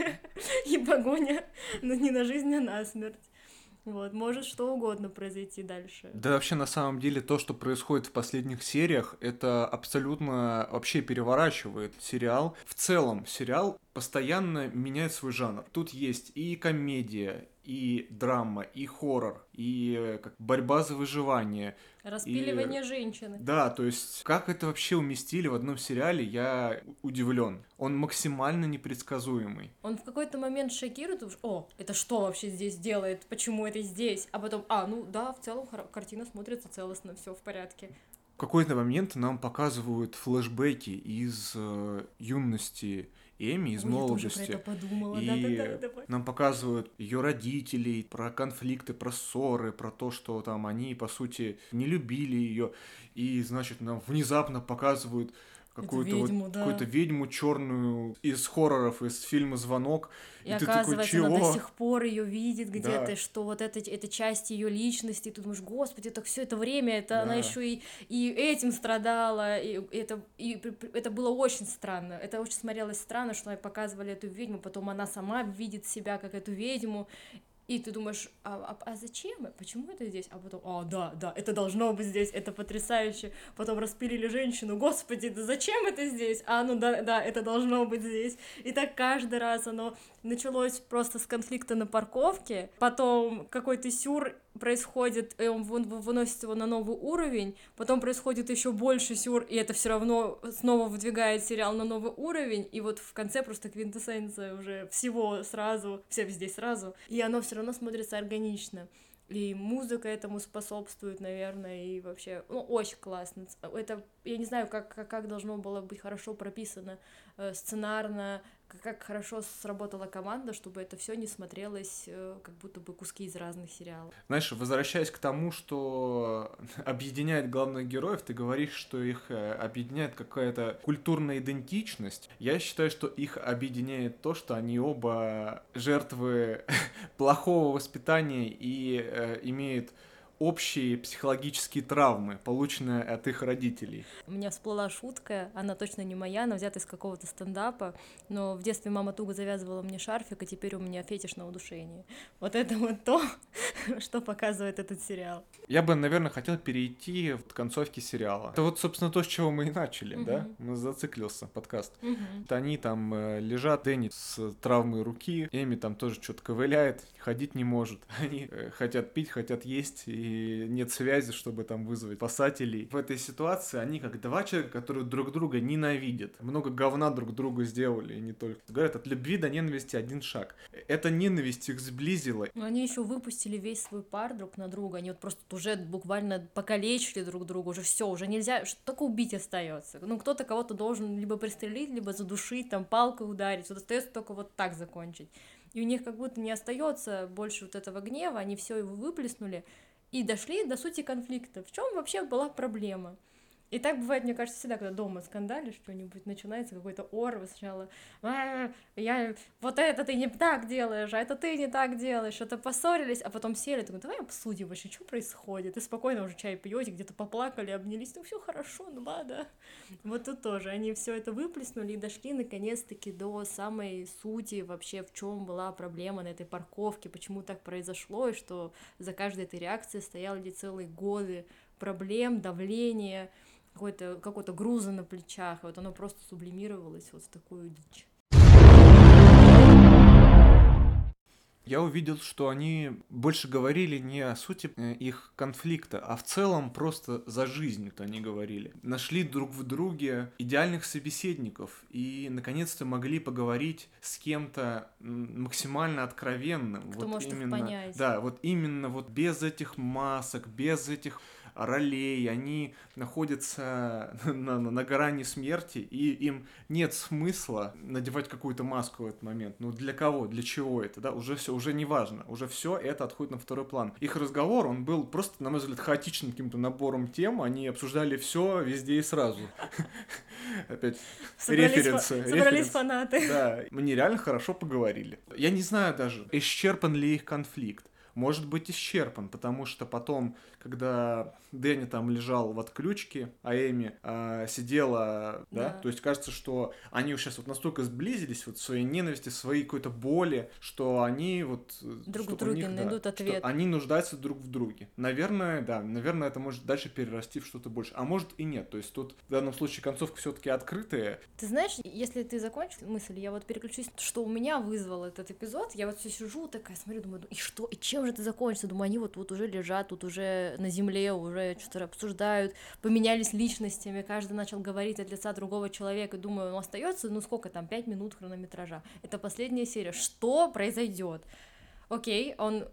и погоня, но не на жизнь, а на смерть. Вот, может что угодно произойти дальше. Да вообще на самом деле то, что происходит в последних сериях, это абсолютно вообще переворачивает сериал. В целом сериал постоянно меняет свой жанр. Тут есть и комедия, и драма, и хоррор, и борьба за выживание. Распиливание женщины. Да, то есть как это вообще уместили в одном сериале, я удивлен. Он максимально непредсказуемый. Он в какой-то момент шокирует, потому что, о, это что вообще здесь делает, почему это здесь? А потом, ну да, в целом картина смотрится целостно, все в порядке. В какой-то момент нам показывают флешбеки из юности Эми, из молодости. Я тоже про это подумала, и давай. нам показывают ее родителей, про конфликты, про ссоры, про то, что там они, по сути, не любили ее. И, значит, нам внезапно показывают какую-то ведьму черную из хорроров, из фильма «Звонок». И оказывается, она до сих пор ее видит где-то, что вот это часть ее личности. И ты думаешь, господи, так все это время, она еще и этим страдала. И это было очень странно. Это очень смотрелось странно, что показывали эту ведьму, потом она сама видит себя как эту ведьму. И ты думаешь, а зачем? Почему это здесь? А потом, да, это должно быть здесь, это потрясающе. Потом распилили женщину, господи, да зачем это здесь? Да, это должно быть здесь. И так каждый раз оно началось просто с конфликта на парковке, потом какой-то сюр происходит, и он выносит его на новый уровень, потом происходит еще больше сюр, и это все равно снова выдвигает сериал на новый уровень, и вот в конце просто квинтэссенция уже всего сразу, все везде сразу, и оно все равно смотрится органично. И музыка этому способствует, наверное, и вообще, очень классно. Это, я не знаю, как должно было быть хорошо прописано сценарно, как хорошо сработала команда, чтобы это все не смотрелось как будто бы куски из разных сериалов. Знаешь, возвращаясь к тому, что объединяет главных героев, ты говоришь, что их объединяет какая-то культурная идентичность. Я считаю, что их объединяет то, что они оба жертвы плохого воспитания и имеют общие психологические травмы, полученные от их родителей. У меня всплыла шутка, она точно не моя, она взята из какого-то стендапа, но в детстве мама туго завязывала мне шарфик, и теперь у меня фетиш на удушении. Вот это вот то, что показывает этот сериал. Я бы, наверное, хотел перейти к концовке сериала. Это вот, собственно, то, с чего мы и начали, да? Мы зациклился, подкаст. Вот они там лежат, Дэнни с травмой руки, Эми там тоже что-то ковыляет, ходить не может. Они хотят пить, хотят есть, и нет связи, чтобы там вызвать спасателей. В этой ситуации они как два человека, которые друг друга ненавидят. Много говна друг другу сделали, и не только. Говорят, от любви до ненависти один шаг. Эта ненависть их сблизила. Но они еще выпустили весь свой пар друг на друга, они вот просто уже буквально покалечили друг друга, уже все, уже нельзя, только убить остается. Ну, кто-то кого-то должен либо пристрелить, либо задушить, там, палкой ударить, вот остается только вот так закончить. И у них как будто не остается больше вот этого гнева, они все его выплеснули и дошли до сути конфликта. В чем вообще была проблема? И так бывает, мне кажется, всегда, когда дома скандалишь, что-нибудь начинается, какой-то ор, вы сначала я вот это ты не так делаешь, а это ты не так делаешь, что-то поссорились, а потом сели, такой, давай обсудим вообще, что происходит, и спокойно уже чай пьете, где-то поплакали, обнялись, ну все хорошо, ну ладно. Вот тут тоже, они все это выплеснули и дошли наконец-таки до самой сути вообще, в чем была проблема на этой парковке, почему так произошло, и что за каждой этой реакцией стояли целые годы проблем, давления, какого-то груза на плечах, и вот оно просто сублимировалось вот в такую дичь. Я увидел, что они больше говорили не о сути их конфликта, а в целом просто за жизнь, это они говорили. Нашли друг в друге идеальных собеседников и, наконец-то, могли поговорить с кем-то максимально откровенным. Кто вот может именно, их понять. Да, вот именно вот без этих масок, без этих ролей, они находятся на грани смерти, и им нет смысла надевать какую-то маску в этот момент. Ну для кого, для чего это, да, уже все, уже не важно, уже все это отходит на второй план. Их разговор, он был просто, на мой взгляд, хаотичным каким-то набором тем, они обсуждали все везде и сразу. Опять референсы. Собрались фанаты. Да, мы реально хорошо поговорили. Я не знаю даже, исчерпан ли их конфликт. Может быть, исчерпан, потому что потом, когда Дэнни там лежал в отключке, а Эми сидела, да, то есть кажется, что они сейчас вот настолько сблизились вот в своей ненависти, в своей какой-то боли, что они вот... Друг в друге найдут ответ. Что они нуждаются друг в друге. Наверное, да, наверное, это может дальше перерасти в что-то больше. А может и нет, то есть тут в данном случае концовка все-таки открытая. Ты знаешь, если ты закончил мысль, я вот переключусь, что у меня вызвал этот эпизод, я вот все сижу такая, смотрю, думаю, и что, и чем же это закончится? Думаю, они вот уже лежат, тут уже на земле, уже что-то обсуждают, поменялись личностями, каждый начал говорить от лица другого человека, думаю, ну остается, ну сколько там, 5 минут хронометража, это последняя серия, что произойдет? Окей,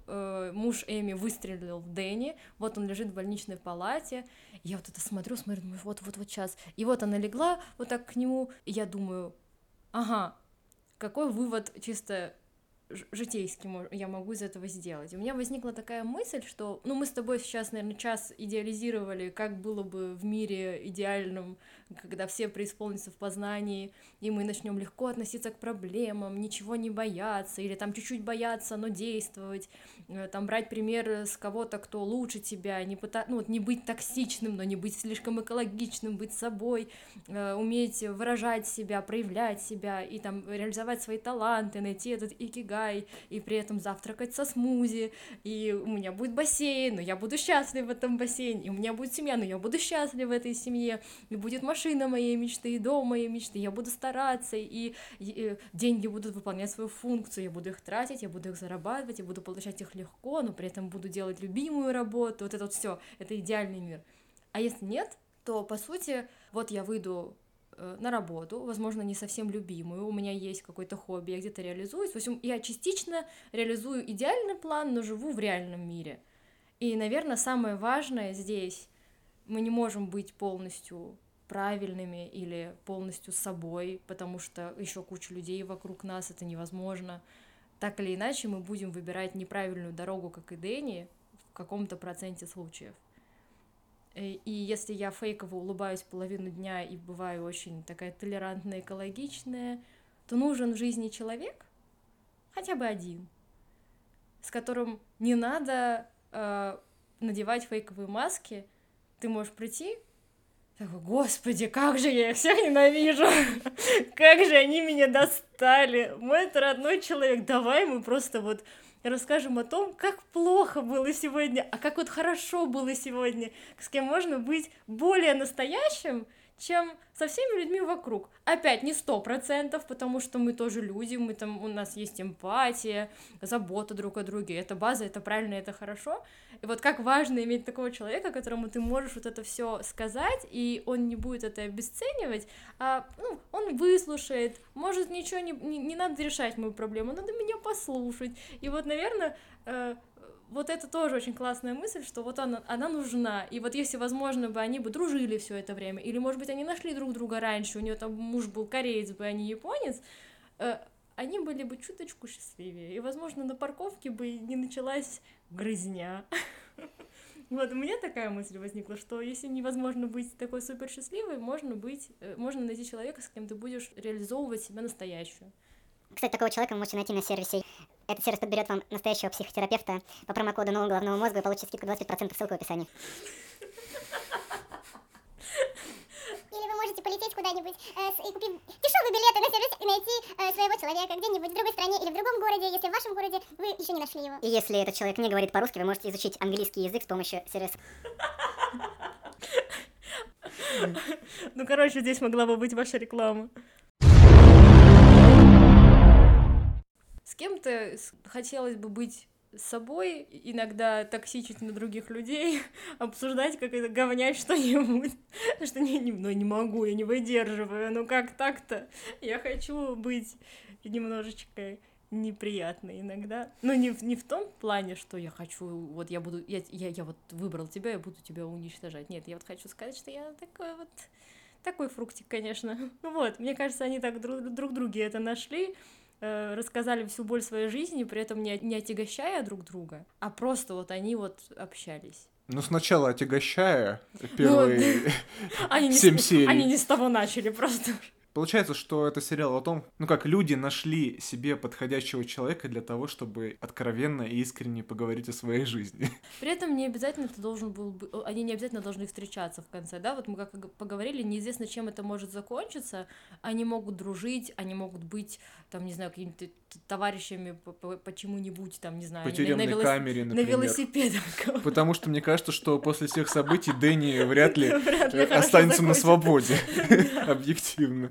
муж Эми выстрелил в Дэнни, вот он лежит в больничной палате, я вот это смотрю, думаю, вот сейчас, и вот она легла вот так к нему, и я думаю, ага, какой вывод чисто житейский я могу из этого сделать. И у меня возникла такая мысль, что, ну, мы с тобой сейчас, наверное, час идеализировали, как было бы в мире идеальном, когда все преисполнятся в познании, и мы начнем легко относиться к проблемам, ничего не бояться, или там чуть-чуть бояться, но действовать, там брать пример с кого-то, кто лучше тебя, не быть токсичным, но не быть слишком экологичным, быть собой, уметь выражать себя, проявлять себя, и там реализовать свои таланты, найти этот икигай, и при этом завтракать со смузи, и у меня будет бассейн, но я буду счастлив в этом бассейне, и у меня будет семья, но я буду счастлив в этой семье, и будет машина моей мечты, и дом моей мечты, я буду стараться, и деньги будут выполнять свою функцию, я буду их тратить, я буду их зарабатывать, я буду получать их легко, но при этом буду делать любимую работу, вот это вот все, это идеальный мир. А если нет, то, по сути, вот я выйду на работу, возможно, не совсем любимую, у меня есть какое-то хобби, я где-то реализуюсь, в общем, я частично реализую идеальный план, но живу в реальном мире. И, наверное, самое важное здесь, мы не можем быть полностью правильными или полностью собой, потому что еще куча людей вокруг нас, это невозможно. Так или иначе, мы будем выбирать неправильную дорогу, как и Дэнни, в каком-то проценте случаев. И если я фейково улыбаюсь половину дня и бываю очень такая толерантная, экологичная, то нужен в жизни человек, хотя бы один, с которым не надо надевать фейковые маски. Ты можешь прийти, такой: господи, как же я их всех ненавижу, как же они меня достали, мой это родной человек, давай мы просто вот расскажем о том, как плохо было сегодня, а как вот хорошо было сегодня, с кем можно быть более настоящим, чем со всеми людьми вокруг. Опять не 100%, потому что мы тоже люди, мы там, у нас есть эмпатия, забота друг о друге, это база, это правильно, это хорошо. И вот как важно иметь такого человека, которому ты можешь вот это все сказать, и он не будет это обесценивать, а он выслушает, может, ничего не надо решать мою проблему, надо меня послушать. И вот, наверное, вот это тоже очень классная мысль, что вот она нужна, и вот если, возможно, бы они бы дружили все это время, или, может быть, они нашли друг друга раньше, у нее там муж был кореец бы, а не японец, они были бы чуточку счастливее, и, возможно, на парковке бы не началась грызня. Вот, у меня такая мысль возникла, что если невозможно быть такой супер счастливой, можно найти человека, с кем ты будешь реализовывать себя настоящую. Кстати, такого человека вы можете найти на сервисе. Этот сервис подберет вам настоящего психотерапевта по промокоду «Нового головного мозга» и получите скидку 20%, ссылка в описании. Или вы можете полететь куда-нибудь и купить дешевые билеты на сервис и найти своего человека где-нибудь в другой стране или в другом городе, если в вашем городе вы еще не нашли его. И если этот человек не говорит по-русски, вы можете изучить английский язык с помощью сервиса. Ну, короче, здесь могла бы быть ваша реклама. С кем-то хотелось бы быть собой, иногда токсичить на других людей, обсуждать, как это говнять что-нибудь, что не могу, я не выдерживаю, ну как так-то? Я хочу быть немножечко неприятной иногда, но не в том плане, что я хочу, вот я вот выбрал тебя, я буду тебя уничтожать, нет, я вот хочу сказать, что я такой фруктик, конечно, вот, мне кажется, они так друг друге это нашли, рассказали всю боль своей жизни, при этом не отягощая друг друга, а просто вот они вот общались. Ну, сначала отягощая первые 7 серий. Они не с того начали просто. Получается, что это сериал о том, как люди нашли себе подходящего человека для того, чтобы откровенно и искренне поговорить о своей жизни. При этом не обязательно они не обязательно должны встречаться в конце, да, вот мы как поговорили, неизвестно, чем это может закончиться, они могут дружить, они могут быть, там, не знаю, какими-то товарищами по чему-нибудь, там, не знаю, по тюремной камере, например. На велосипедах. Потому что мне кажется, что после всех событий Дэнни вряд ли останется на свободе, объективно.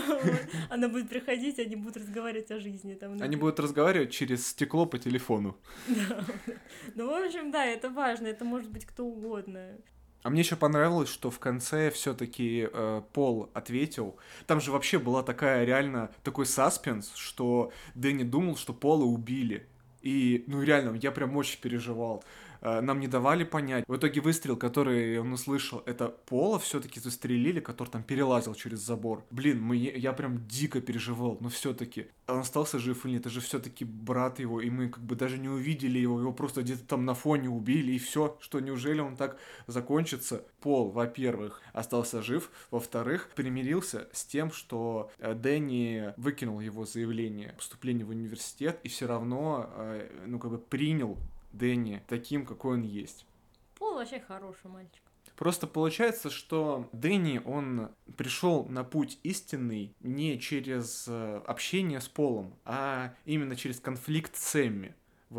Она будет приходить, они будут разговаривать о жизни. Они будут разговаривать через стекло по телефону. Да. Ну, в общем, да, это важно, это может быть кто угодно. А мне еще понравилось, что в конце все-таки Пол ответил. Там же вообще была такой саспенс, что Дэнни думал, что Пола убили. И, реально, я прям очень переживал. Нам не давали понять. В итоге выстрел, который он услышал, это Пола все-таки застрелили, который там перелазил через забор. Блин, я прям дико переживал, но все-таки он остался жив или нет, это же все-таки брат его, и мы как бы даже не увидели его просто где-то там на фоне убили, и все, что неужели он так закончится? Пол, во-первых, остался жив, во-вторых, примирился с тем, что Дэнни выкинул его заявление о поступлении в университет, и все равно, принял Дэнни таким, какой он есть. Пол вообще хороший мальчик. Просто получается, что Дэнни, он пришел на путь истинный не через общение с Полом, а именно через конфликт с Эмми.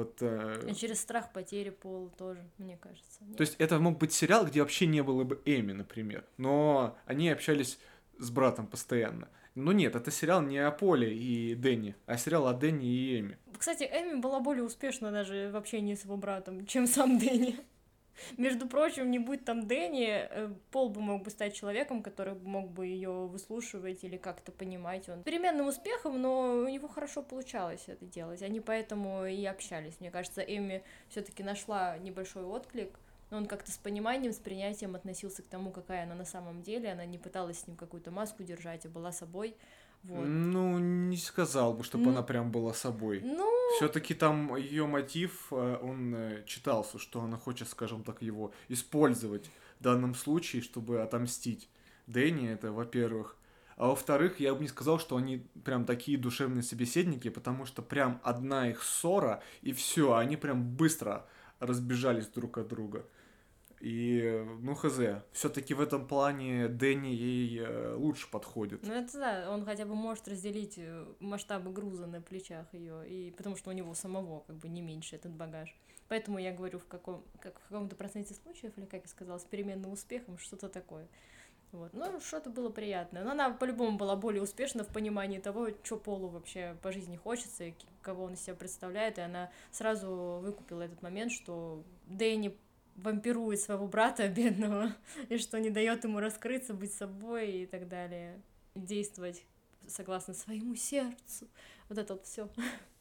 И через страх потери Пола тоже, мне кажется. Нет? То есть это мог быть сериал, где вообще не было бы Эми, например, но они общались с братом постоянно. Но нет, это сериал не о Поле и Дэнни, а сериал о Дэнни и Эми. Кстати, Эми была более успешна даже в общении с его братом, чем сам Дэнни. Между прочим, не будь там Дэнни, Пол бы мог бы стать человеком, который мог бы ее выслушивать или как-то понимать. Он с переменным успехом, но у него хорошо получалось это делать. Они поэтому и общались. Мне кажется, Эми все-таки нашла небольшой отклик но он как-то с пониманием, с принятием относился к тому, какая она на самом деле, она не пыталась с ним какую-то маску держать, а была собой, вот. Ну, не сказал бы, чтобы Ну, она прям была собой. Ну, Все-таки там ее мотив, он читался, что она хочет, скажем так, его использовать в данном случае, чтобы отомстить Дэнни, это во-первых. А во-вторых, я бы не сказал, что они прям такие душевные собеседники, потому что прям одна их ссора, и все, они прям быстро разбежались друг от друга. И, ну, хз, все-таки в этом плане Дэнни ей лучше подходит. ну это да, он хотя бы может разделить масштабы груза на плечах ее, и потому что у него самого как бы не меньше этот багаж. Поэтому я говорю в каком-то проценте случаев, или как я сказала, с переменным успехом, что-то такое. Вот. Ну, что-то было приятное. Но она по-любому была более успешна в понимании того, что Полу вообще по жизни хочется, и кого он из себя представляет, и она сразу выкупила этот момент, что Дэнни вампирует своего брата бедного, и что не дает ему раскрыться, быть собой и так далее, действовать согласно своему сердцу. Вот это вот все.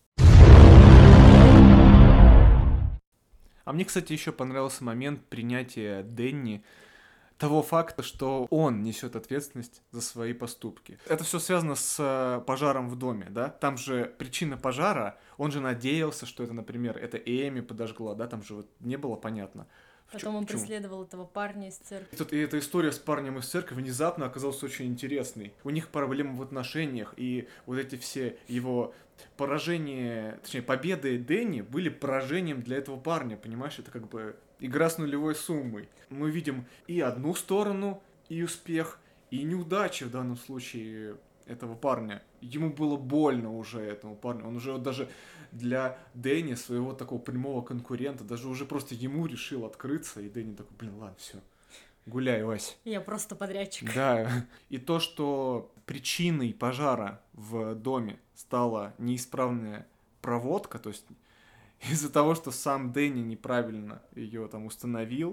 А мне, кстати, еще понравился момент принятия Дэнни того факта, что он несет ответственность за свои поступки. Это все связано с пожаром в доме, да? Там же причина пожара, он же надеялся, что это, например, это Эми подожгла, да? Там же вот не было понятно. Потом он преследовал этого парня из церкви. И эта история с парнем из церкви внезапно оказалась очень интересной. У них проблемы в отношениях, и вот эти все его поражения, точнее, победы Дэнни были поражением для этого парня, понимаешь? Это как бы игра с нулевой суммой. Мы видим и одну сторону, и успех, и неудачи в данном случае этого парня. Ему было больно уже, этому парню. Он уже вот даже для Дэнни, своего такого прямого конкурента, даже уже просто ему решил открыться, и Дэнни такой, блин, ладно, все, гуляй, Вась. Я просто подрядчик. Да, и то, что причиной пожара в доме стала неисправная проводка, то есть из-за того, что сам Дэнни неправильно ее там установил,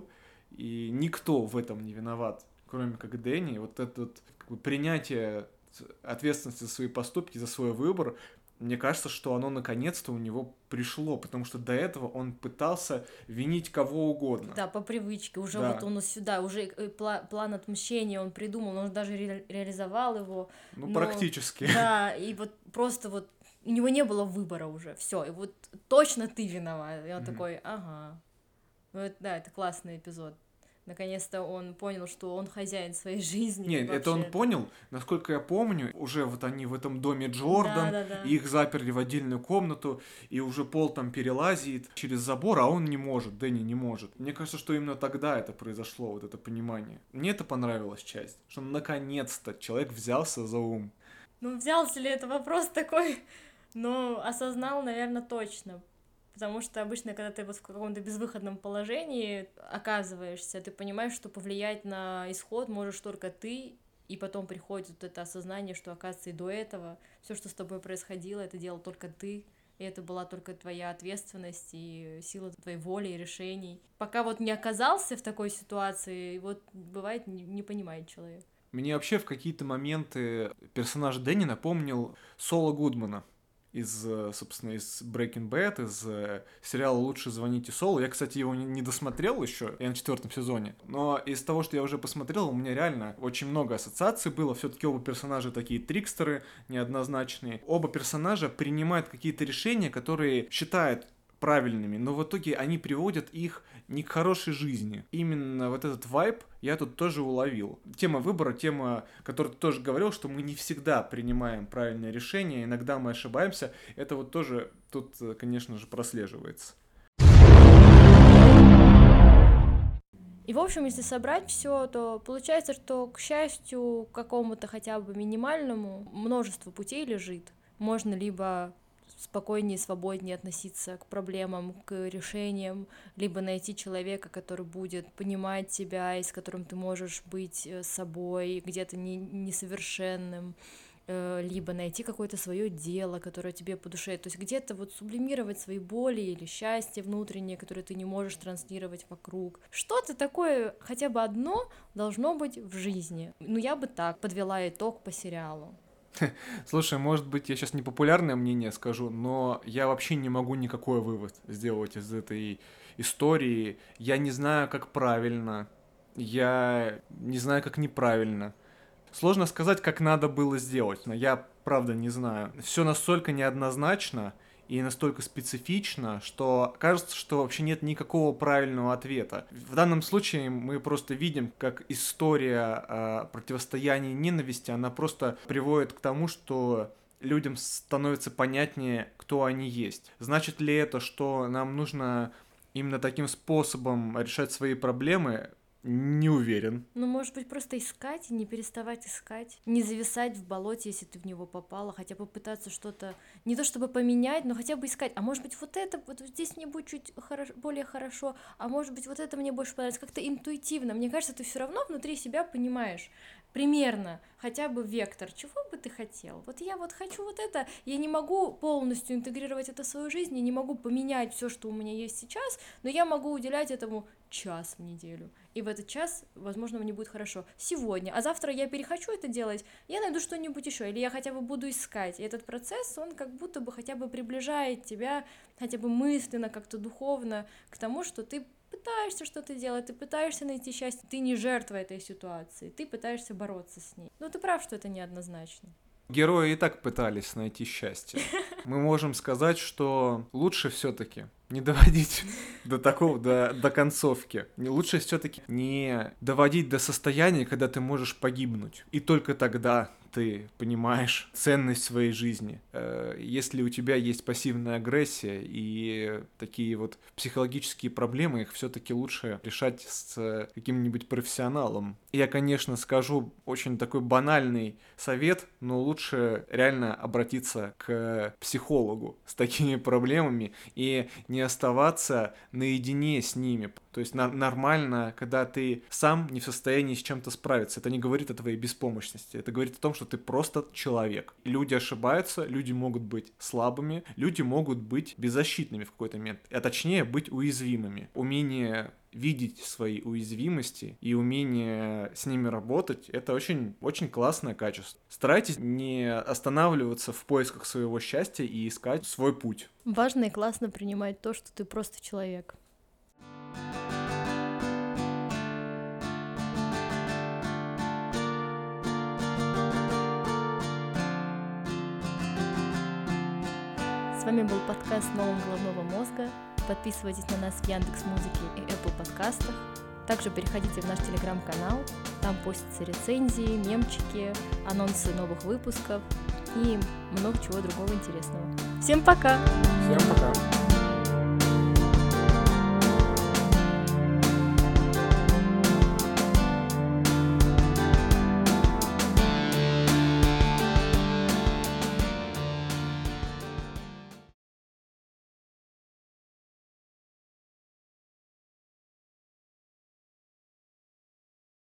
и никто в этом не виноват, кроме как Дэнни, вот это вот, как бы, принятие ответственности за свои поступки, за свой выбор, мне кажется, что оно наконец-то у него пришло, потому что до этого он пытался винить кого угодно. Да, по привычке. Уже Да. вот он сюда, уже план отмщения он придумал, он даже реализовал его. Ну, но- практически. Да, и вот просто вот у него не было выбора уже, все, и вот точно ты виноват. И он такой, ага. Ну, да, это классный эпизод. Наконец-то он понял, что он хозяин своей жизни. Нет, это он понял, насколько я помню, уже вот они в этом доме Джордан, Да. их заперли в отдельную комнату, и уже Пол там перелазит через забор, а он не может, Дэнни не может. Мне кажется, что именно тогда это произошло, вот это понимание. Мне это понравилась часть, что наконец-то человек взялся за ум. Ну, взялся ли это вопрос такой? Ну, осознал, наверное, точно. Потому что обычно, когда ты вот в каком-то безвыходном положении оказываешься, ты понимаешь, что повлиять на исход можешь только ты, и потом приходит вот это осознание, что, оказывается, и до этого все, что с тобой происходило, это делал только ты, и это была только твоя ответственность и сила твоей воли и решений. Пока вот не оказался в такой ситуации, вот бывает, не понимает человек. Мне вообще в какие-то моменты персонаж Дэнни напомнил Соло Гудмана собственно, из Breaking Bad, из сериала «Лучше звоните Солу». Я, кстати, его не досмотрел еще, я на 4 сезоне, но из того, что я уже посмотрел, у меня реально очень много ассоциаций было. Все-таки оба персонажа такие трикстеры, неоднозначные. Оба персонажа принимают какие-то решения, которые считают правильными, но в итоге они приводят их не к хорошей жизни. Именно вот этот вайб я тут тоже уловил. Тема выбора, тема, которую ты тоже говорил, что мы не всегда принимаем правильные решения, иногда мы ошибаемся. Это вот тоже тут, конечно же, прослеживается. И, в общем, если собрать все, то получается, что, к счастью, какому-то хотя бы минимальному множество путей лежит. Можно либо спокойнее, свободнее относиться к проблемам, к решениям, либо найти человека, который будет понимать тебя и с которым ты можешь быть собой, где-то несовершенным, либо найти какое-то свое дело, которое тебе по душе, то есть где-то вот сублимировать свои боли или счастье внутреннее, которое ты не можешь транслировать вокруг. Что-то такое, хотя бы одно, должно быть в жизни. Ну, я бы так подвела итог по сериалу. Слушай, может быть, я сейчас непопулярное мнение скажу, но я вообще не могу никакой вывод сделать из этой истории. Я не знаю, как правильно, я не знаю, как неправильно. Сложно сказать, как надо было сделать, но я правда не знаю. Все настолько неоднозначно и настолько специфично, что кажется, что вообще нет никакого правильного ответа. В данном случае мы просто видим, как история противостояния ненависти, она просто приводит к тому, что людям становится понятнее, кто они есть. Значит ли это, что нам нужно именно таким способом решать свои проблемы? Не уверен. Ну, может быть, просто искать и не переставать искать. Не зависать в болоте, если ты в него попала. Хотя бы пытаться что-то, не то чтобы поменять, но хотя бы искать. А может быть, вот это, вот здесь мне будет чуть более хорошо. А может быть, вот это мне больше понравится. Как-то интуитивно. Мне кажется, ты все равно внутри себя понимаешь примерно, хотя бы вектор, чего бы ты хотел. Вот я вот хочу вот это, я не могу полностью интегрировать это в свою жизнь, я не могу поменять все, что у меня есть сейчас, но я могу уделять этому час в неделю. И в этот час, возможно, мне будет хорошо сегодня, а завтра я перехочу это делать, я найду что-нибудь еще, или я хотя бы буду искать. И этот процесс, он как будто бы хотя бы приближает тебя, хотя бы мысленно, как-то духовно, к тому, что ты пытаешься что-то делать, ты пытаешься найти счастье, ты не жертва этой ситуации, ты пытаешься бороться с ней. Ну, ты прав, что это неоднозначно. Герои и так пытались найти счастье. Мы можем сказать, что лучше все-таки не доводить до такого, до концовки. Лучше все-таки не доводить до состояния, когда ты можешь погибнуть. И только тогда ты понимаешь ценность своей жизни. Если у тебя есть пассивная агрессия и такие вот психологические проблемы, их все-таки лучше решать с каким-нибудь профессионалом. Я, конечно, скажу очень такой банальный совет, но лучше реально обратиться к психологу с такими проблемами и не оставаться наедине с ними. То есть нормально, когда ты сам не в состоянии с чем-то справиться. Это не говорит о твоей беспомощности. Это говорит о том, что ты просто человек. Люди ошибаются, люди могут быть слабыми, люди могут быть беззащитными в какой-то момент. А точнее, быть уязвимыми. Умение видеть свои уязвимости и умение с ними работать — это очень, очень классное качество. Старайтесь не останавливаться в поисках своего счастья и искать свой путь. Важно и классно принимать то, что ты просто человек. С вами был подкаст «Нового головного мозга». Подписывайтесь на нас в Яндекс.Музыке и Apple подкастах. Также переходите в наш телеграм-канал. Там постятся рецензии, мемчики, анонсы новых выпусков и много чего другого интересного. Всем пока! Всем пока!